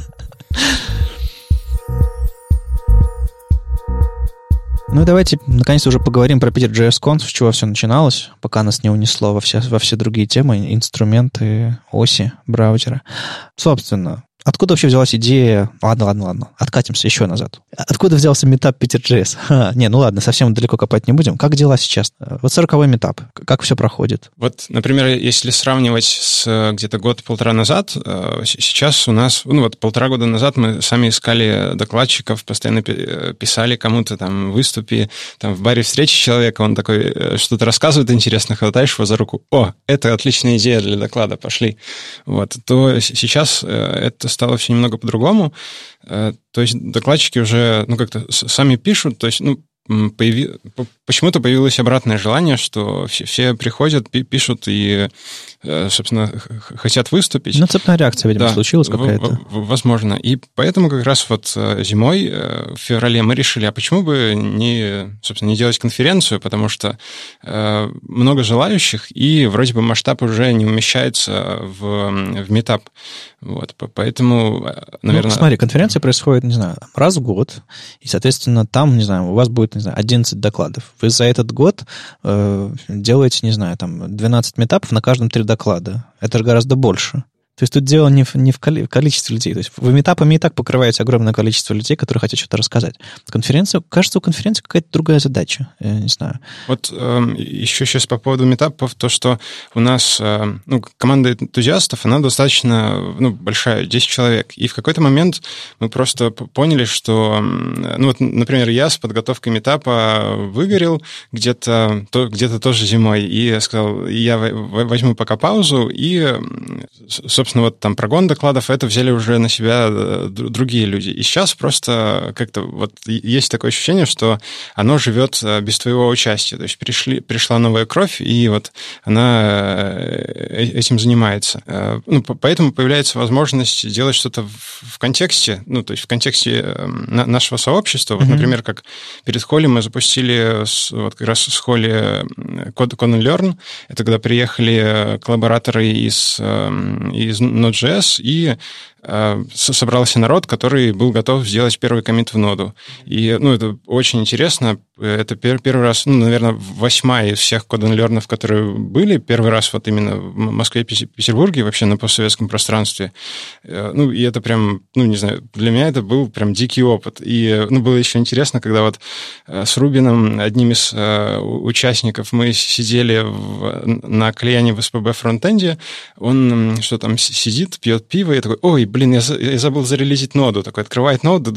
Ну и давайте, наконец, уже поговорим про Питер.js Conf, с чего все начиналось, пока нас не унесло во все другие темы, инструменты, оси браузера. Собственно, откуда вообще взялась идея... Ладно, откатимся еще назад. Откуда взялся метап Питер.js? Ну ладно, совсем далеко копать не будем. Как дела сейчас? Вот 40-й метап. Как все проходит? Вот, например, если сравнивать с где-то год-полтора назад, сейчас у нас... Ну вот 1,5 года назад мы сами искали докладчиков, постоянно писали кому-то там выступи, там в баре встречи человека, он такой что-то рассказывает интересно, хватаешь его за руку. О, это отличная идея для доклада, пошли. Вот. То сейчас это стало все немного по-другому. То есть докладчики уже как-то сами пишут, то есть почему-то появилось обратное желание, что все приходят, пишут и, собственно, хотят выступить. Ну, цепная реакция, видимо, случилась какая-то. Возможно. И поэтому как раз вот зимой, в феврале, мы решили, а почему бы не делать конференцию, потому что много желающих, и вроде бы масштаб уже не умещается в метап. Вот, поэтому, наверное... смотри, конференция происходит, не знаю, раз в год, и, соответственно, там, не знаю, у вас будет, не знаю, 11 докладов. Вы за этот год делаете, не знаю, там, 12 метапов, на каждом 3 доклада. Это гораздо больше. То есть тут дело не в количестве людей. То есть вы метапами и так покрываете огромное количество людей, которые хотят что-то рассказать. Кажется, у конференции какая-то другая задача. Я не знаю. Вот еще сейчас по поводу метапов, то, что у нас команда энтузиастов, она достаточно большая, 10 человек. И в какой-то момент мы просто поняли, что, например, я с подготовкой метапа выгорел где-то тоже зимой. И сказал, я возьму пока паузу и, собственно, вот там прогон докладов, это взяли уже на себя другие люди. И сейчас просто как-то вот есть такое ощущение, что оно живет без твоего участия. То есть пришла новая кровь, и вот она этим занимается. Поэтому появляется возможность делать что-то в контексте, то есть в контексте нашего сообщества. Вот, например, как перед Холли мы запустили вот как раз с Холли Code and Learn. Это когда приехали коллабораторы из Node.js, и собрался народ, который был готов сделать первый коммит в ноду. И, это очень интересно. Это первый раз, наверное, 8-я из всех Code and Learn'ов, которые были. Первый раз вот именно в Москве, Петербурге, вообще на постсоветском пространстве. И это прям, не знаю, для меня это был прям дикий опыт. И, было еще интересно, когда вот с Рубином, одним из участников, мы сидели на клиенте в SPB фронтенде, он что там сидит, пьет пиво, и такой, ой, блин, я забыл зарелизить ноду. Такой открывает ноду,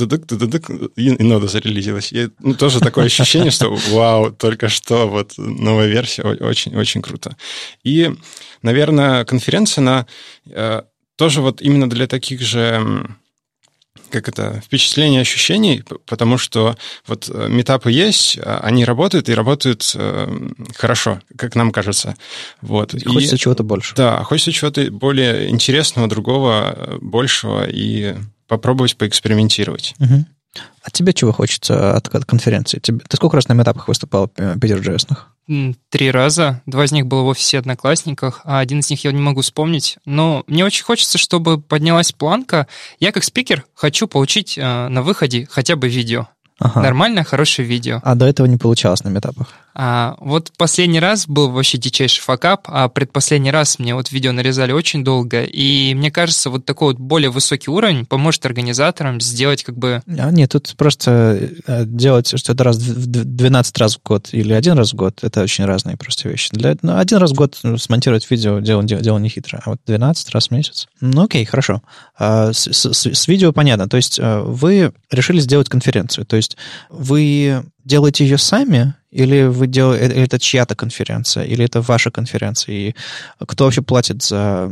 и нода зарелизилась. И, тоже такое ощущение, что вау, только что вот новая версия, очень-очень круто. И, наверное, конференция, она тоже вот именно для таких же впечатлений, ощущений, потому что вот митапы есть, они работают, и работают хорошо, как нам кажется. Вот. Хочется чего-то больше. Да, хочется чего-то более интересного, другого, большего, и попробовать поэкспериментировать. Угу. А тебе чего хочется от конференции? Ты сколько раз на метапах выступал питер.джесных? 3 раза. 2 из них было в офисе Одноклассниках, а 1 из них я не могу вспомнить. Но мне очень хочется, чтобы поднялась планка. Я как спикер хочу получить на выходе хотя бы видео. Ага. Нормальное, хорошее видео. А до этого не получалось на метапах? Вот последний раз был вообще дичайший факап, а предпоследний раз мне вот видео нарезали очень долго, и мне кажется, вот такой вот более высокий уровень поможет организаторам сделать как бы... Нет, тут просто делать что-то раз 12 раз в год или 1 раз в год, это очень разные просто вещи. 1 раз в год смонтировать видео дело не хитрое, а вот 12 раз в месяц. Ну окей, хорошо. С видео понятно, то есть вы решили сделать конференцию, то есть вы делаете ее сами, или это чья-то конференция, или это ваша конференция, и кто вообще платит за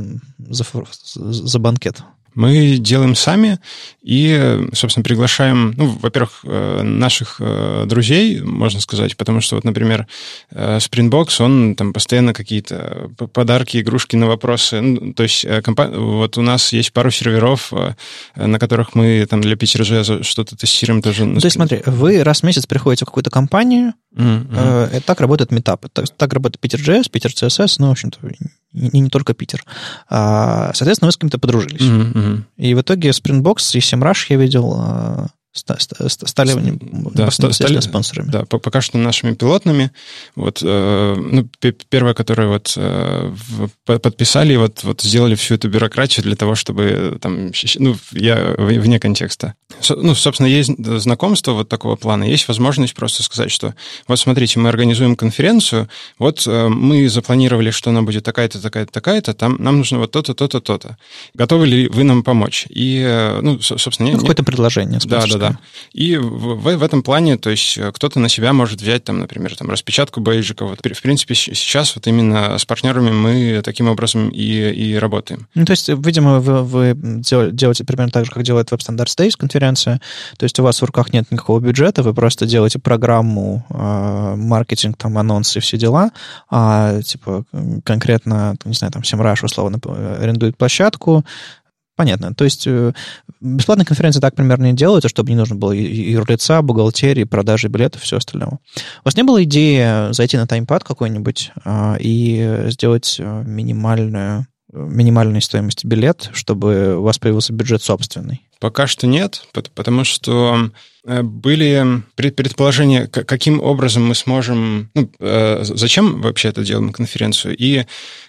банкет? Мы делаем сами и, собственно, приглашаем, во-первых, наших друзей, можно сказать, потому что, вот, например, Sprintbox, он там постоянно какие-то подарки, игрушки на вопросы. То есть вот у нас есть пару серверов, на которых мы там для Питер.js что-то тестируем тоже. То есть смотри, вы раз в месяц приходите в какую-то компанию, так работает метап, так работает Питер.js, Питер CSS, в общем-то, и не только Питер. Соответственно, вы с кем-то подружились. И в итоге Sprintbox и SEMrush я видел стали спонсорами. Да, пока что нашими пилотными. Вот, первое, которое вот подписали, вот сделали всю эту бюрократию для того, чтобы там, я вне контекста. Собственно, есть знакомство вот такого плана, есть возможность просто сказать, что вот смотрите, мы организуем конференцию, вот мы запланировали, что она будет такая-то, такая-то, такая-то, там нам нужно вот то-то, то-то, то-то. Готовы ли вы нам помочь? И, собственно... какое-то предложение. Да. И в этом плане, то есть кто-то на себя может взять, там, например, там, распечатку бейджика. Вот, в принципе, сейчас вот именно с партнерами мы таким образом и работаем. То есть, видимо, вы делаете примерно так же, как делает Web Standards Days конференция. То есть у вас в руках нет никакого бюджета, вы просто делаете программу, маркетинг, там, анонсы и все дела, типа конкретно, не знаю, там, SEMrush условно арендует площадку. Понятно. То есть бесплатные конференции так примерно и делаются, чтобы не нужно было и юрлица, бухгалтерии, продажи билетов, все остальное. У вас не было идеи зайти на таймпад какой-нибудь и сделать минимальную стоимость билет, чтобы у вас появился бюджет собственный? Пока что нет, потому что были предположения, каким образом мы сможем... зачем вообще это делаем конференцию, и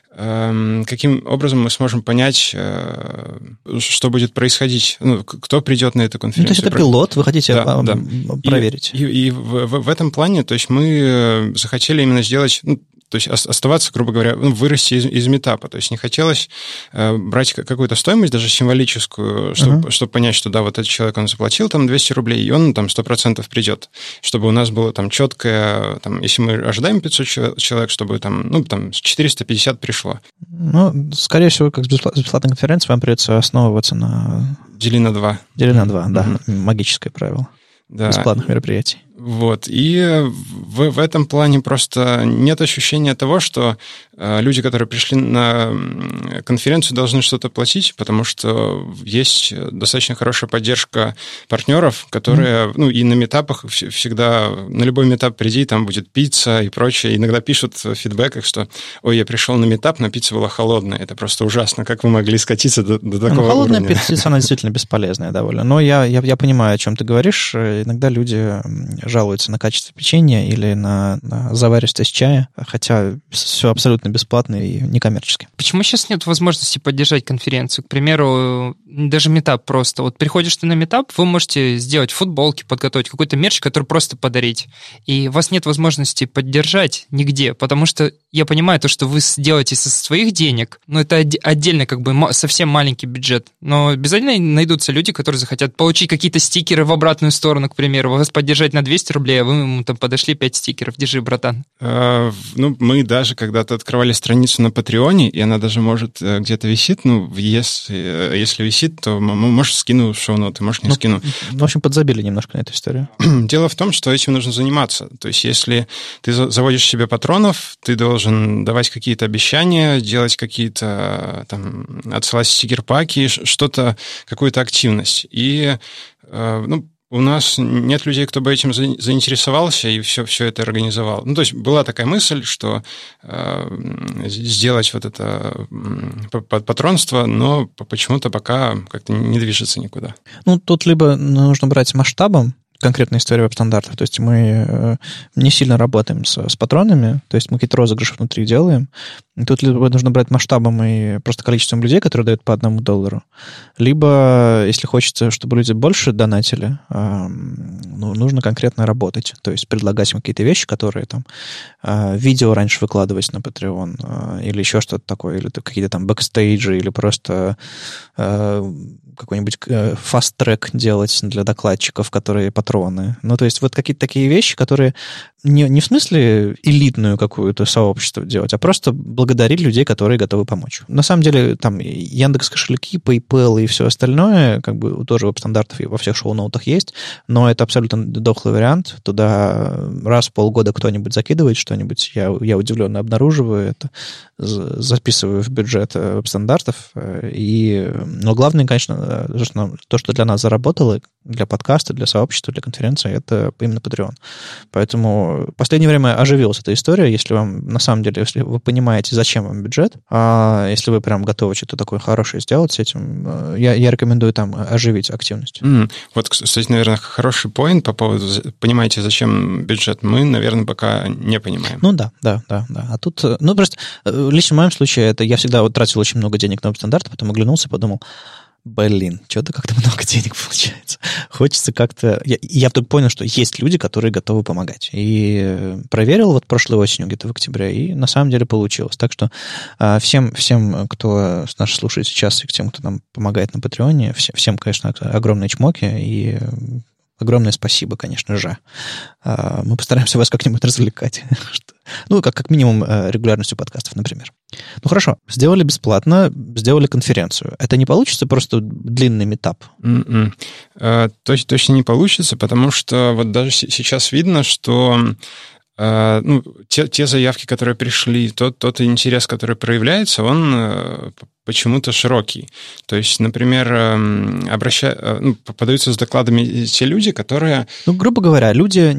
каким образом мы сможем понять, что будет происходить, кто придет на эту конференцию. То есть это пилот, вы хотите проверить. И в этом плане, то есть мы захотели именно сделать... То есть оставаться, грубо говоря, вырасти из метапа. То есть не хотелось брать какую-то стоимость, даже символическую, чтобы понять, что да, вот этот человек, он заплатил там 200 рублей, и он там 100% придет. Чтобы у нас было там четкое, там, если мы ожидаем 500 человек, чтобы там 450 пришло. Скорее всего, как с бесплатной конференцией, вам придется основываться на... Дели на 2. Дели на 2, да, магическое правило бесплатных мероприятий. Вот. И в этом плане просто нет ощущения того, что люди, которые пришли на конференцию, должны что-то платить, потому что есть достаточно хорошая поддержка партнеров, которые, и на метапах всегда, на любой метап приди, там будет пицца и прочее. Иногда пишут в фидбэках, что, ой, я пришел на метап, но пицца была холодная. Это просто ужасно. Как вы могли скатиться до такого холодная уровня? Холодная пицца, она действительно бесполезная довольно. Но я понимаю, о чем ты говоришь. Иногда люди жалуются на качество печенья или на заваристость чая, хотя все абсолютно бесплатно и некоммерчески. Почему сейчас нет возможности поддержать конференцию? К примеру, даже метап просто. Вот приходишь ты на метап, вы можете сделать футболки, подготовить какой-то мерч, который просто подарить. И у вас нет возможности поддержать нигде, потому что я понимаю то, что вы делаете со своих денег, но это отдельно как бы совсем маленький бюджет. Но обязательно найдутся люди, которые захотят получить какие-то стикеры в обратную сторону, к примеру, вас поддержать на 200 рублей, а вы ему там подошли 5 стикеров. Держи, братан. Мы даже когда-то открывали страницу на Патреоне, и она даже может где-то висит. Если висит, то, может, скину в шоу-ноты, может, не скину. В общем, подзабили немножко на эту историю. Дело в том, что этим нужно заниматься. То есть, если ты заводишь себе патронов, ты должен давать какие-то обещания, делать какие-то, отсылать стикер-паки, что-то, какую-то активность. И, У нас нет людей, кто бы этим заинтересовался и все это организовал. Ну, то есть была такая мысль, что сделать вот это патронство, но почему-то пока как-то не движется никуда. Ну, тут либо нужно брать масштабом, конкретная история веб-стандартов. То есть мы не сильно работаем с патронами, то есть мы какие-то розыгрыши внутри делаем. Тут либо нужно брать масштабом и просто количеством людей, которые дают по $1, либо, если хочется, чтобы люди больше донатили, нужно конкретно работать. То есть предлагать им какие-то вещи, которые там видео раньше выкладывать на Patreon, или еще что-то такое, или какие-то там бэкстейджи, или просто какой-нибудь фаст-трек делать для докладчиков, которые патроны. Ну, то есть вот какие-то такие вещи, которые не в смысле элитную какую-то сообщество делать, а просто благодарить людей, которые готовы помочь. На самом деле, там Яндекс.Кошельки, PayPal и все остальное, как бы тоже веб-стандартов во всех шоу-ноутах есть, но это абсолютно дохлый вариант. Туда раз в полгода кто-нибудь закидывает что-нибудь, я удивленно обнаруживаю это, записываю в бюджет веб-стандартов. Но главное, конечно, то, что для нас заработало, для подкаста, для сообщества, для конференции, это именно Patreon. Поэтому в последнее время оживилась эта история. Если вам, на самом деле, если вы понимаете, зачем вам бюджет, если вы прям готовы что-то такое хорошее сделать с этим, я рекомендую там оживить активность. Вот, кстати, наверное, хороший поинт по поводу понимаете, зачем бюджет, мы, наверное, пока не понимаем. Ну да. А тут, просто лично в моем случае, это я всегда тратил очень много денег на веб-стандарты, потом оглянулся и подумал, что-то как-то много денег получается. Хочется как-то... Я вдруг понял, что есть люди, которые готовы помогать. И проверил вот прошлой осенью, где-то в октябре, и на самом деле получилось. Так что всем, кто нас слушает сейчас, и тем, кто нам помогает на Патреоне, всем, конечно, огромные чмоки, и огромное спасибо, конечно же. Мы постараемся вас как-нибудь развлекать. Как минимум регулярностью подкастов, например. Ну, хорошо. Сделали бесплатно, сделали конференцию. Это не получится просто длинный митап? Точно не получится, потому что вот даже сейчас видно, что те заявки, которые пришли, тот интерес, который проявляется, он почему-то широкий. То есть, например, подаются с докладами те люди, которые... грубо говоря, люди,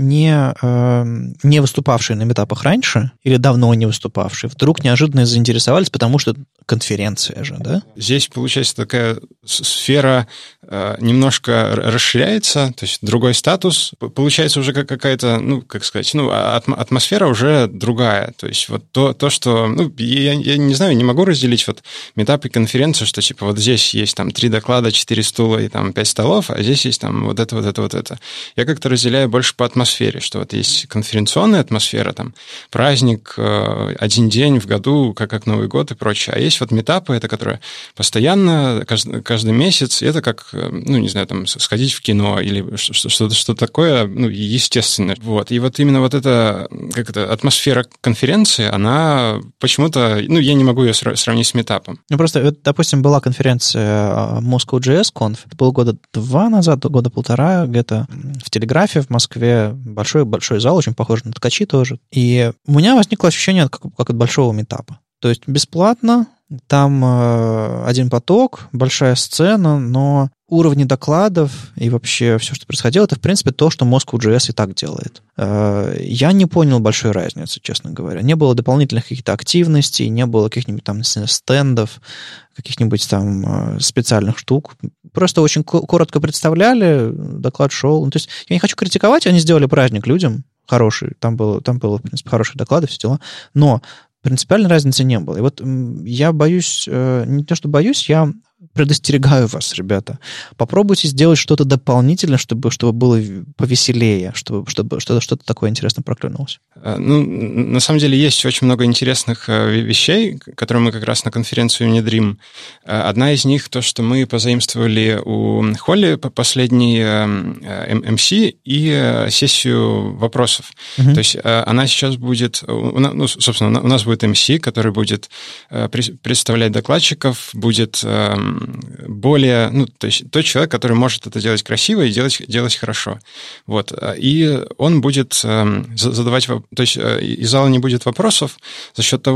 не выступавшие на митапах раньше или давно не выступавшие, вдруг неожиданно заинтересовались, потому что конференция же, да? Здесь, получается, такая сфера немножко расширяется, то есть другой статус. Получается уже какая-то, атмосфера уже другая. То есть вот то что... я не знаю, не могу разделить вот митап и конференцию, что типа вот здесь есть там 3 доклада, 4 стула и там 5 столов, а здесь есть там вот это. Я как-то разделяю больше по атмосфере, что вот есть конференционная атмосфера, там праздник, один день в году, как Новый год и прочее. А есть вот митапы, это которые постоянно, каждый месяц, это как, там сходить в кино или что-то такое, естественно. Вот. И вот именно вот эта, атмосфера конференции, она почему-то, я не могу ее сравнить с митапом. Просто, допустим, была конференция Moscow JS Conf полгода 2 назад, года 1,5 где-то в Телеграфе в Москве. Большой зал, очень похож на ткачи тоже. И у меня возникло ощущение, как от большого митапа. То есть бесплатно, там один поток, большая сцена, но уровни докладов и вообще все, что происходило, это, в принципе, то, что Moscow JS и так делает. Я не понял большой разницы, честно говоря. Не было дополнительных каких-то активностей, не было каких-нибудь там стендов, каких-нибудь там специальных штук. Просто очень коротко представляли, доклад шел. То есть я не хочу критиковать, они сделали праздник людям хороший, там было, в принципе, хорошие доклады, все дела, но принципиальной разницы не было. И вот я боюсь, не то что боюсь, я предостерегаю вас, ребята. Попробуйте сделать что-то дополнительное, чтобы было повеселее, чтобы что-то такое интересное проклюнулось. На самом деле есть очень много интересных вещей, которые мы как раз на конференцию внедрим. Одна из них то, что мы позаимствовали у Холли последний MC и сессию вопросов. То есть она сейчас будет... собственно, у нас будет MC, который будет представлять докладчиков, будет более, то есть тот человек, который может это делать красиво и делать хорошо. Вот. И он будет задавать, то есть из зала не будет вопросов за счет того,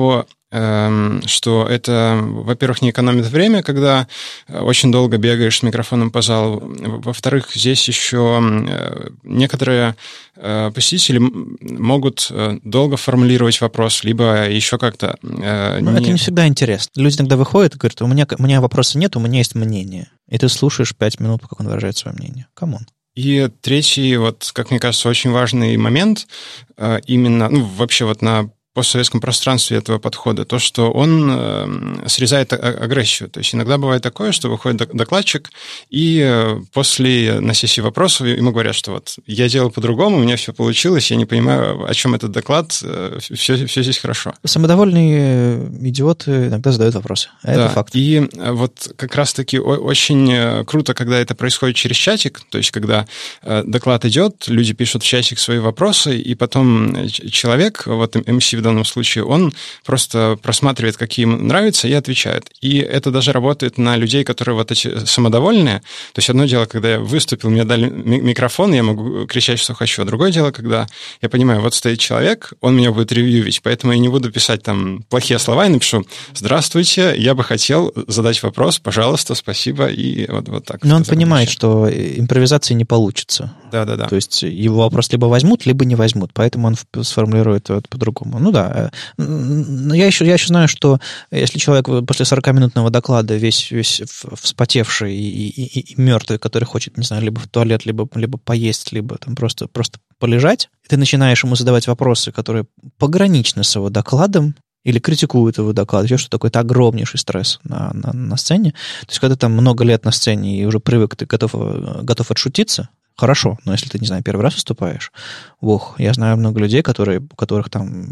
что это, во-первых, не экономит время, когда очень долго бегаешь с микрофоном по залу. Во-вторых, здесь еще некоторые посетители могут долго формулировать вопрос, либо еще как-то... Это не всегда интересно. Люди иногда выходят и говорят, у меня вопроса нет, у меня есть мнение. И ты слушаешь 5 минут, как он выражает свое мнение. Камон. И третий, вот, как мне кажется, очень важный момент именно, вообще вот на постсоветском пространстве этого подхода, то, что он срезает агрессию. То есть иногда бывает такое, что выходит докладчик, и после на сессии вопросов ему говорят, что вот я делал по-другому, у меня все получилось, я не понимаю, о чем этот доклад, все здесь хорошо. Самодовольные идиоты иногда задают вопросы. Это факт. И вот как раз-таки очень круто, когда это происходит через чатик, то есть когда доклад идет, люди пишут в чатик свои вопросы, и потом человек, вот MC в данном случае, он просто просматривает, какие ему нравятся, и отвечает. И это даже работает на людей, которые вот эти самодовольные. То есть одно дело, когда я выступил, мне дали микрофон, я могу кричать, что хочу. А другое дело, когда я понимаю, вот стоит человек, он меня будет ревьювить, поэтому я не буду писать там плохие слова, и напишу: «Здравствуйте, я бы хотел задать вопрос, пожалуйста, спасибо», и вот так. Но он понимает, что импровизации не получится. Да. То есть его вопрос либо возьмут, либо не возьмут, поэтому он сформулирует это по-другому. Ну да. Я еще знаю, что если человек после 40-минутного доклада весь вспотевший и мертвый, который хочет, не знаю, либо в туалет, либо поесть, либо там просто полежать, и ты начинаешь ему задавать вопросы, которые пограничны с его докладом, или критикуют его доклад, еще что такое, это огромнейший стресс на сцене. То есть, когда ты там много лет на сцене и уже привык, ты готов отшутиться, хорошо, но если ты, не знаю, первый раз выступаешь, я знаю много людей, у которых там,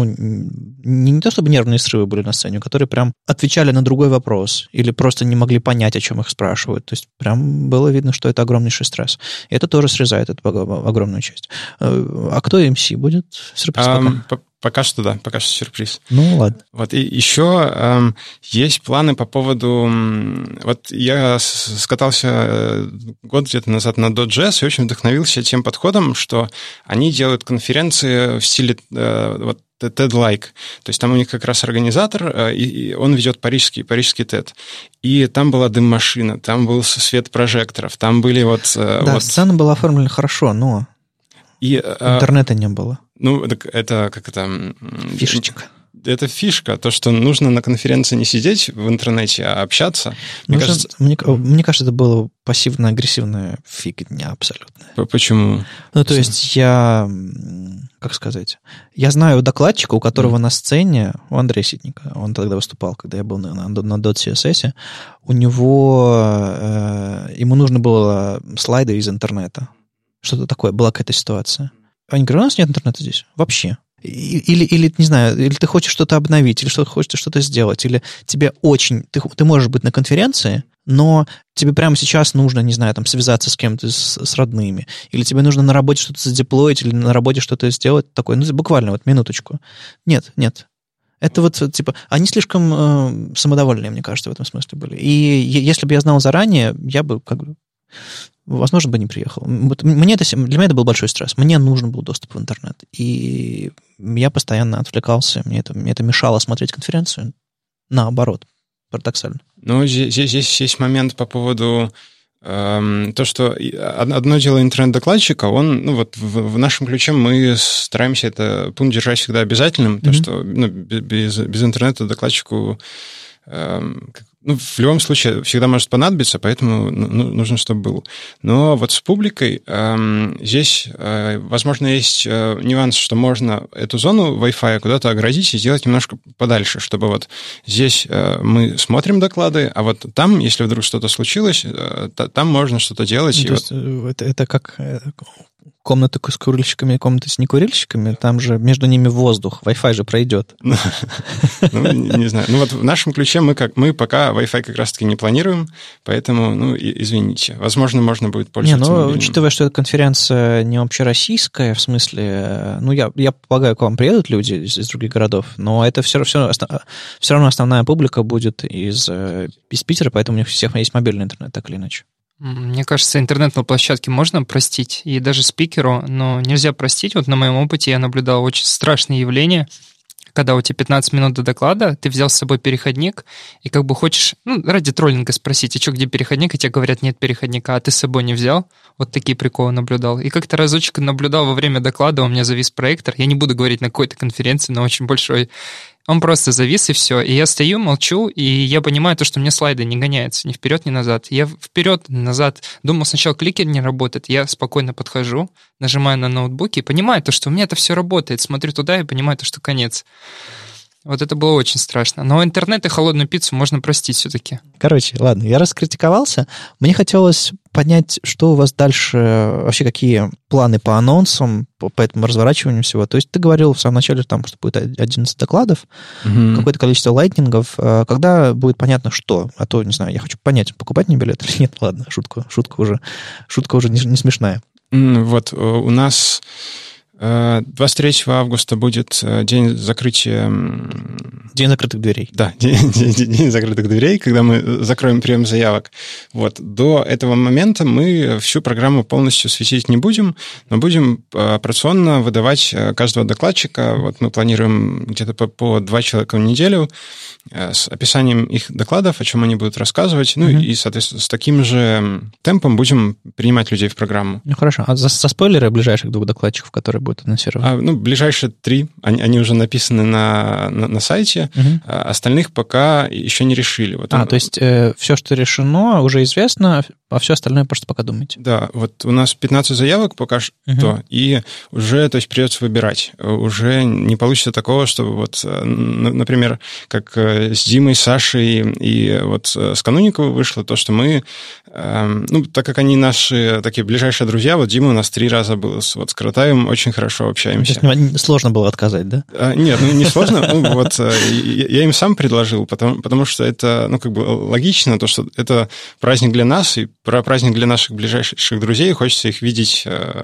не то чтобы нервные срывы были на сцене, которые прям отвечали на другой вопрос или просто не могли понять, о чем их спрашивают. То есть прям было видно, что это огромнейший стресс. И это тоже срезает эту огромную часть. А кто MC будет? Сюрприз пока? Пока что да, пока что сюрприз. Ну, ладно. Вот, и еще есть планы по поводу... Вот я скатался год где-то назад на .js и очень вдохновился тем подходом, что они делают конференции в стиле вот TED-like. То есть там у них как раз организатор, и он ведет парижский TED. И там была дым-машина, там был свет прожекторов, там были вот... Да, сцена была оформлена хорошо, но интернета не было. Это как это... Фишечка. Это фишка, то, что нужно на конференции не сидеть в интернете, а общаться. Мне кажется, это было пассивно-агрессивная фигня абсолютная. Почему? То есть я знаю докладчика, у которого на сцене, у Андрея Ситника, он тогда выступал, когда я был на .css, ему нужно было слайды из интернета. Что-то такое, была какая-то ситуация. Они говорят, у нас нет интернета здесь вообще. Или не знаю, или ты хочешь что-то обновить, или хочешь что-то сделать, или тебе ты можешь быть на конференции, но тебе прямо сейчас нужно, не знаю, там, связаться с кем-то, с родными, или тебе нужно на работе что-то задеплоить, или на работе что-то сделать такое, буквально вот минуточку. Нет. Это вот, они слишком самодовольные, мне кажется, в этом смысле были. И если бы я знал заранее, я бы возможно, бы не приехал. Для меня это был большой стресс. Мне нужен был доступ в интернет. И я постоянно отвлекался. Мне это мешало смотреть конференцию. Наоборот. Парадоксально. Здесь есть момент по поводу то, что одно дело интернет-докладчика, он, в нашем ключе мы стараемся это пункт держать всегда обязательным, то, что без интернета докладчику в любом случае всегда может понадобиться, поэтому нужно, чтобы был. Но вот с публикой здесь, возможно, есть нюанс, что можно эту зону Wi-Fi куда-то оградить и сделать немножко подальше, чтобы вот здесь мы смотрим доклады, а вот там, если вдруг что-то случилось, там можно что-то делать. Это как... комнаты с курильщиками и комнаты с некурильщиками, там же между ними воздух, Wi-Fi же пройдет. Не знаю. Вот в нашем ключе мы пока Wi-Fi как раз-таки не планируем, поэтому, извините. Возможно, можно будет пользоваться мобильным. Учитывая, что эта конференция не общероссийская, в смысле, я полагаю, к вам приедут люди из других городов, но это все равно основная публика будет из Питера, поэтому у них всех есть мобильный интернет, так или иначе. Мне кажется, интернет на площадке можно простить, и даже спикеру, но нельзя простить. Вот на моем опыте я наблюдал очень страшное явление, когда у тебя 15 минут до доклада, ты взял с собой переходник, и как бы хочешь, ради троллинга спросить, а что, где переходник? И тебе говорят, нет переходника, а ты с собой не взял? Вот такие приколы наблюдал. И как-то разочек наблюдал во время доклада, у меня завис проектор. Я не буду говорить на какой-то конференции, но очень большой. Он просто завис, и все. И я стою, молчу, и я понимаю то, что у меня слайды не гоняются ни вперед, ни назад. Я вперед, назад. Думал, сначала кликер не работает. Я спокойно подхожу, нажимаю на ноутбуке и понимаю то, что у меня это все работает. Смотрю туда и понимаю то, что конец. Вот это было очень страшно. Но интернет и холодную пиццу можно простить все-таки. Короче, ладно, я раскритиковался. Мне хотелось понять, что у вас дальше, вообще какие планы по анонсам, по этому разворачиванию всего. То есть ты говорил в самом начале, что будет 11 докладов, какое-то количество лайтнингов. Когда будет понятно, что? А то, не знаю, я хочу понять, покупать мне билет или нет. Ладно, шутка уже не смешная. Вот у нас 23 августа будет день закрытия... День закрытых дверей. Да, день закрытых дверей, когда мы закроем прием заявок. Вот. До этого момента мы всю программу полностью светить не будем, но будем операционно выдавать каждого докладчика. Вот мы планируем где-то по 2 человека в неделю с описанием их докладов, о чем они будут рассказывать. И, соответственно, с таким же темпом будем принимать людей в программу. Хорошо. А за спойлеры ближайших 2 докладчиков, которые будут анонсированы? Ближайшие 3, они уже написаны на сайте, остальных пока еще не решили. Вот то есть все, что решено, уже известно, а все остальное просто пока думаете? Да, вот у нас 15 заявок пока что, и уже, то есть, придется выбирать. Уже не получится такого, чтобы вот, например, как с Димой, Сашей и вот с Кануниковой вышло то, что мы, так как они наши такие ближайшие друзья, вот Дима у нас 3 раза был, вот с Каратаевым очень хорошо общаемся. То есть сложно было отказать, да? Нет, не сложно. Я им сам предложил, потому что это, логично, то, что это праздник для нас, и праздник для наших ближайших друзей, хочется их видеть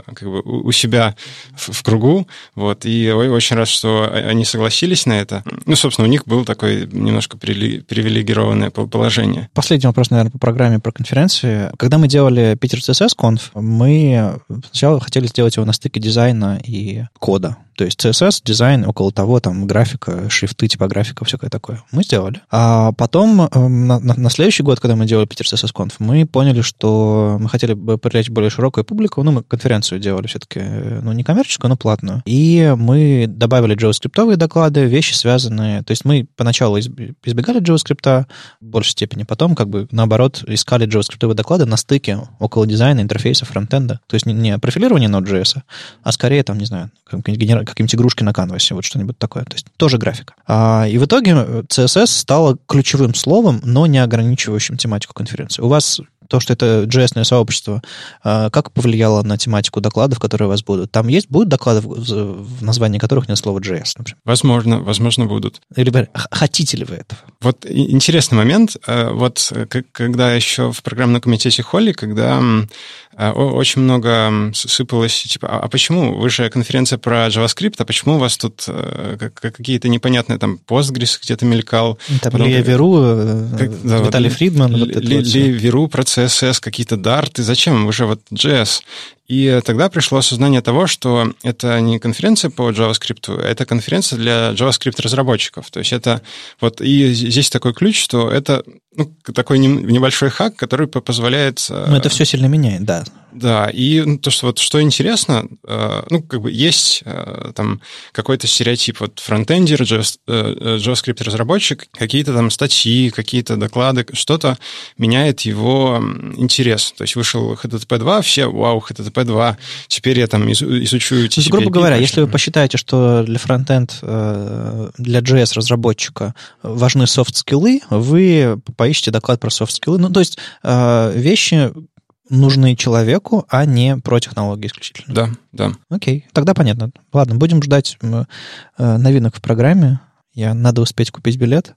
у себя в кругу, вот, и очень рад, что они согласились на это. Собственно, у них был такой немножко привилегированное положение. Последний вопрос, наверное, по программе про конференции. Когда мы делали Питер CSS Conf, мы сначала хотели сделать его на стыке дизайна и кода. То есть CSS, дизайн, около того, там, графика, шрифты, типографика, всякое такое. Мы сделали. А потом, на следующий год, когда мы делали Питер CSS Conf, мы поняли, что мы хотели бы привлечь более широкую публику. Мы конференцию делали все-таки, не коммерческую, но платную. И мы добавили JavaScript-овые доклады, вещи связанные. То есть мы поначалу избегали JavaScript в большей степени, потом, наоборот, искали JavaScript-овые доклады на стыке около дизайна, интерфейса, фронтенда. То есть не профилирование Node.js, а скорее, там, не знаю, какие-нибудь игрушки на канвасе, вот что-нибудь такое. То есть тоже графика. И в итоге CSS стало ключевым словом, но не ограничивающим тематику конференции. У вас то, что это JS-ное сообщество, как повлияло на тематику докладов, которые у вас будут? Там будут доклады, в названии которых нет слова JS, например? Возможно, будут. Или хотите ли вы этого? Вот интересный момент. Вот когда еще в программном комитете Холли, когда очень много сыпалось, типа, а почему? Вы же конференция про JavaScript, а почему у вас тут какие-то непонятные, там, Postgres где-то мелькал? Там Лия Веру, Виталий Фридман. Лия Веру про CSS, какие-то дарты. Зачем? Вы же вот JS. И тогда пришло осознание того, что это не конференция по JavaScript, а это конференция для JavaScript-разработчиков. То есть это вот... И здесь такой ключ, что это такой небольшой хак, который позволяет... это все сильно меняет, да. Да, и то, что вот что интересно, есть там какой-то стереотип, вот фронтендер, JavaScript-разработчик, какие-то там статьи, какие-то доклады, что-то меняет его интерес. То есть вышел HTTP 2, все, вау, HTTP 2, теперь я там изучу TCP/IP. Грубо говоря, если вы посчитаете, что для фронтенд, для JS-разработчика важны софт-скиллы, вы поищите доклад про софт-скиллы. То есть вещи нужны человеку, а не про технологии исключительно. Да. Окей, тогда понятно. Ладно, будем ждать новинок в программе. Надо успеть купить билет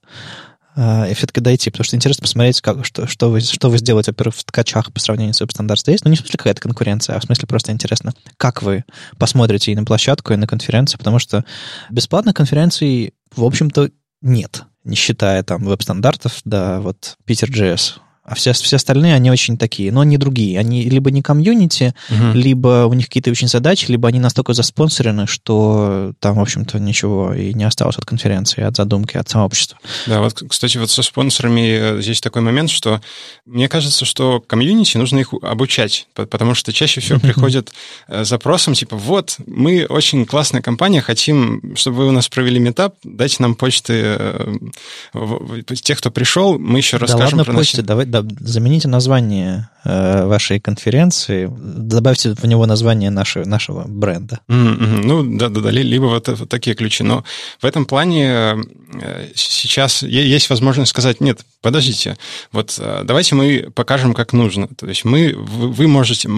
и все-таки дойти, потому что интересно посмотреть, что вы сделаете, во-первых, в ткачах по сравнению с WebStandard Days. Не в смысле какая-то конкуренция, а в смысле просто интересно, как вы посмотрите и на площадку, и на конференцию, потому что бесплатных конференций, в общем-то, нет, не считая там веб-стандартов, да, вот Питер.js. А все остальные, они очень такие, но они другие. Они либо не комьюнити, либо у них какие-то очень задачи, либо они настолько заспонсорены, что там, в общем-то, ничего и не осталось от конференции, от задумки, от сообщества. Да, вот, кстати, вот со спонсорами здесь такой момент, что мне кажется, что комьюнити нужно их обучать, потому что чаще всего приходят с запросом, типа, вот, мы очень классная компания, хотим, чтобы вы у нас провели митап, дайте нам почты тех, кто пришел, мы еще расскажем про почты, замените название вашей конференции, добавьте в него название нашего бренда. Ну, да, либо вот такие ключи. Но в этом плане сейчас есть возможность сказать, нет, подождите, вот давайте мы покажем, как нужно. То есть вы можете,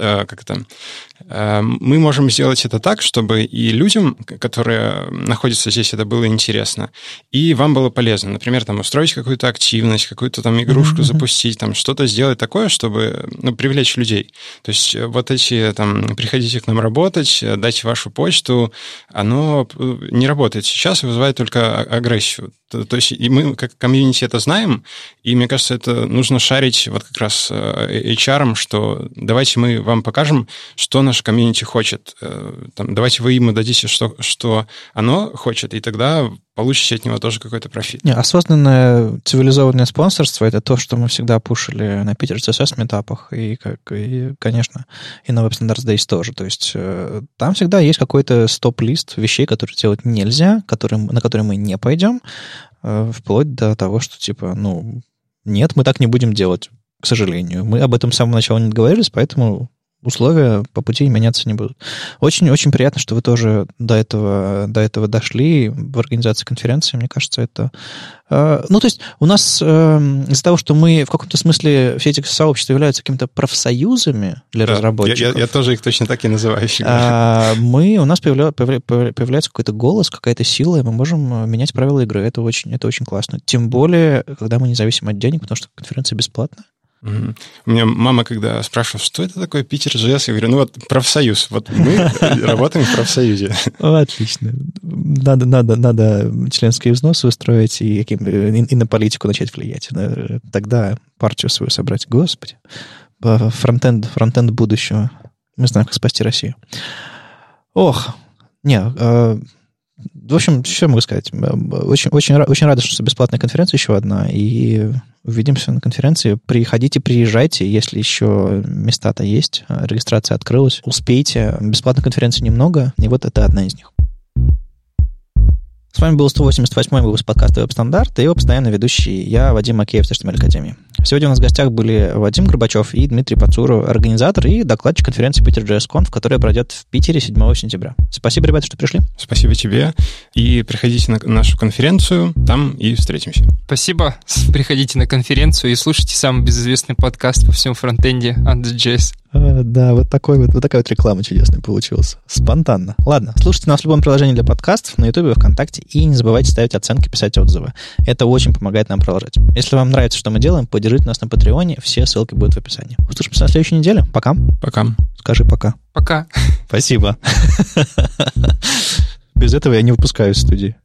мы можем сделать это так, чтобы и людям, которые находятся здесь, это было интересно, и вам было полезно. Например, там устроить какую-то активность, какую-то там игрушку запустить, там что-то сделать такое, чтобы привлечь людей. То есть вот эти там приходите к нам работать, дайте вашу почту, оно не работает сейчас и вызывает только агрессию. То есть и мы как комьюнити это знаем, и мне кажется, это нужно шарить вот как раз HR-ом, что давайте мы вам покажем, что наш комьюнити хочет. Там, давайте вы ему дадите, что оно хочет, и тогда получите от него тоже какой-то профит. Осознанное цивилизованное спонсорство — это то, что мы всегда пушили на Питер CSS метапах, и, конечно, и на Web Standards Days тоже. То есть там всегда есть какой-то стоп-лист вещей, которые делать нельзя, на которые мы не пойдем, вплоть до того, что типа, нет, мы так не будем делать, к сожалению. Мы об этом с самого начала не договорились, поэтому условия по пути меняться не будут. Очень-очень приятно, что вы тоже до этого дошли в организации конференции. Мне кажется, это... то есть у нас из-за того, что мы в каком-то смысле все эти сообщества являются какими-то профсоюзами для разработчиков. Я тоже их точно так и называю. У нас появляется какой-то голос, какая-то сила, и мы можем менять правила игры. Это очень классно. Тем более, когда мы не зависим от денег, потому что конференция бесплатная. У меня мама, когда спрашивала, что это такое Питер.js, я говорю, профсоюз. Вот мы работаем в профсоюзе. Отлично. Надо членские взносы устроить и на политику начать влиять. Тогда партию свою собрать. Господи. Фронтенд будущего. Мы знаем, как спасти Россию. В общем, что я могу сказать? Очень рада, что бесплатная конференция еще одна, и увидимся на конференции. Приезжайте, если еще места-то есть, регистрация открылась. Успейте. Бесплатной конференции немного, и вот это одна из них. С вами был 188-й выпуск подкаста «Веб-стандарт» и его постоянный ведущий я, Вадим Макеев с HTML Академии. Сегодня у нас в гостях были Вадим Горбачев и Дмитрий Пацуру, организатор и докладчик конференции Питер.js Conf, которая пройдет в Питере 7 сентября. Спасибо, ребята, что пришли. Спасибо тебе. И приходите на нашу конференцию, там и встретимся. Спасибо. Приходите на конференцию и слушайте самый безызвестный подкаст по всему фронтенде Under.js. Да, вот такая вот реклама чудесная получилась. Спонтанно. Ладно, слушайте нас в любом приложении для подкастов, на YouTube, ВКонтакте, и не забывайте ставить оценки, писать отзывы. Это очень помогает нам продолжать. Если вам нравится, что мы делаем, поддержите нас на Патреоне, все ссылки будут в описании. Услышимся на следующей неделе. Пока. Пока. Скажи пока. Пока. Спасибо. Без этого я не выпускаю из студии.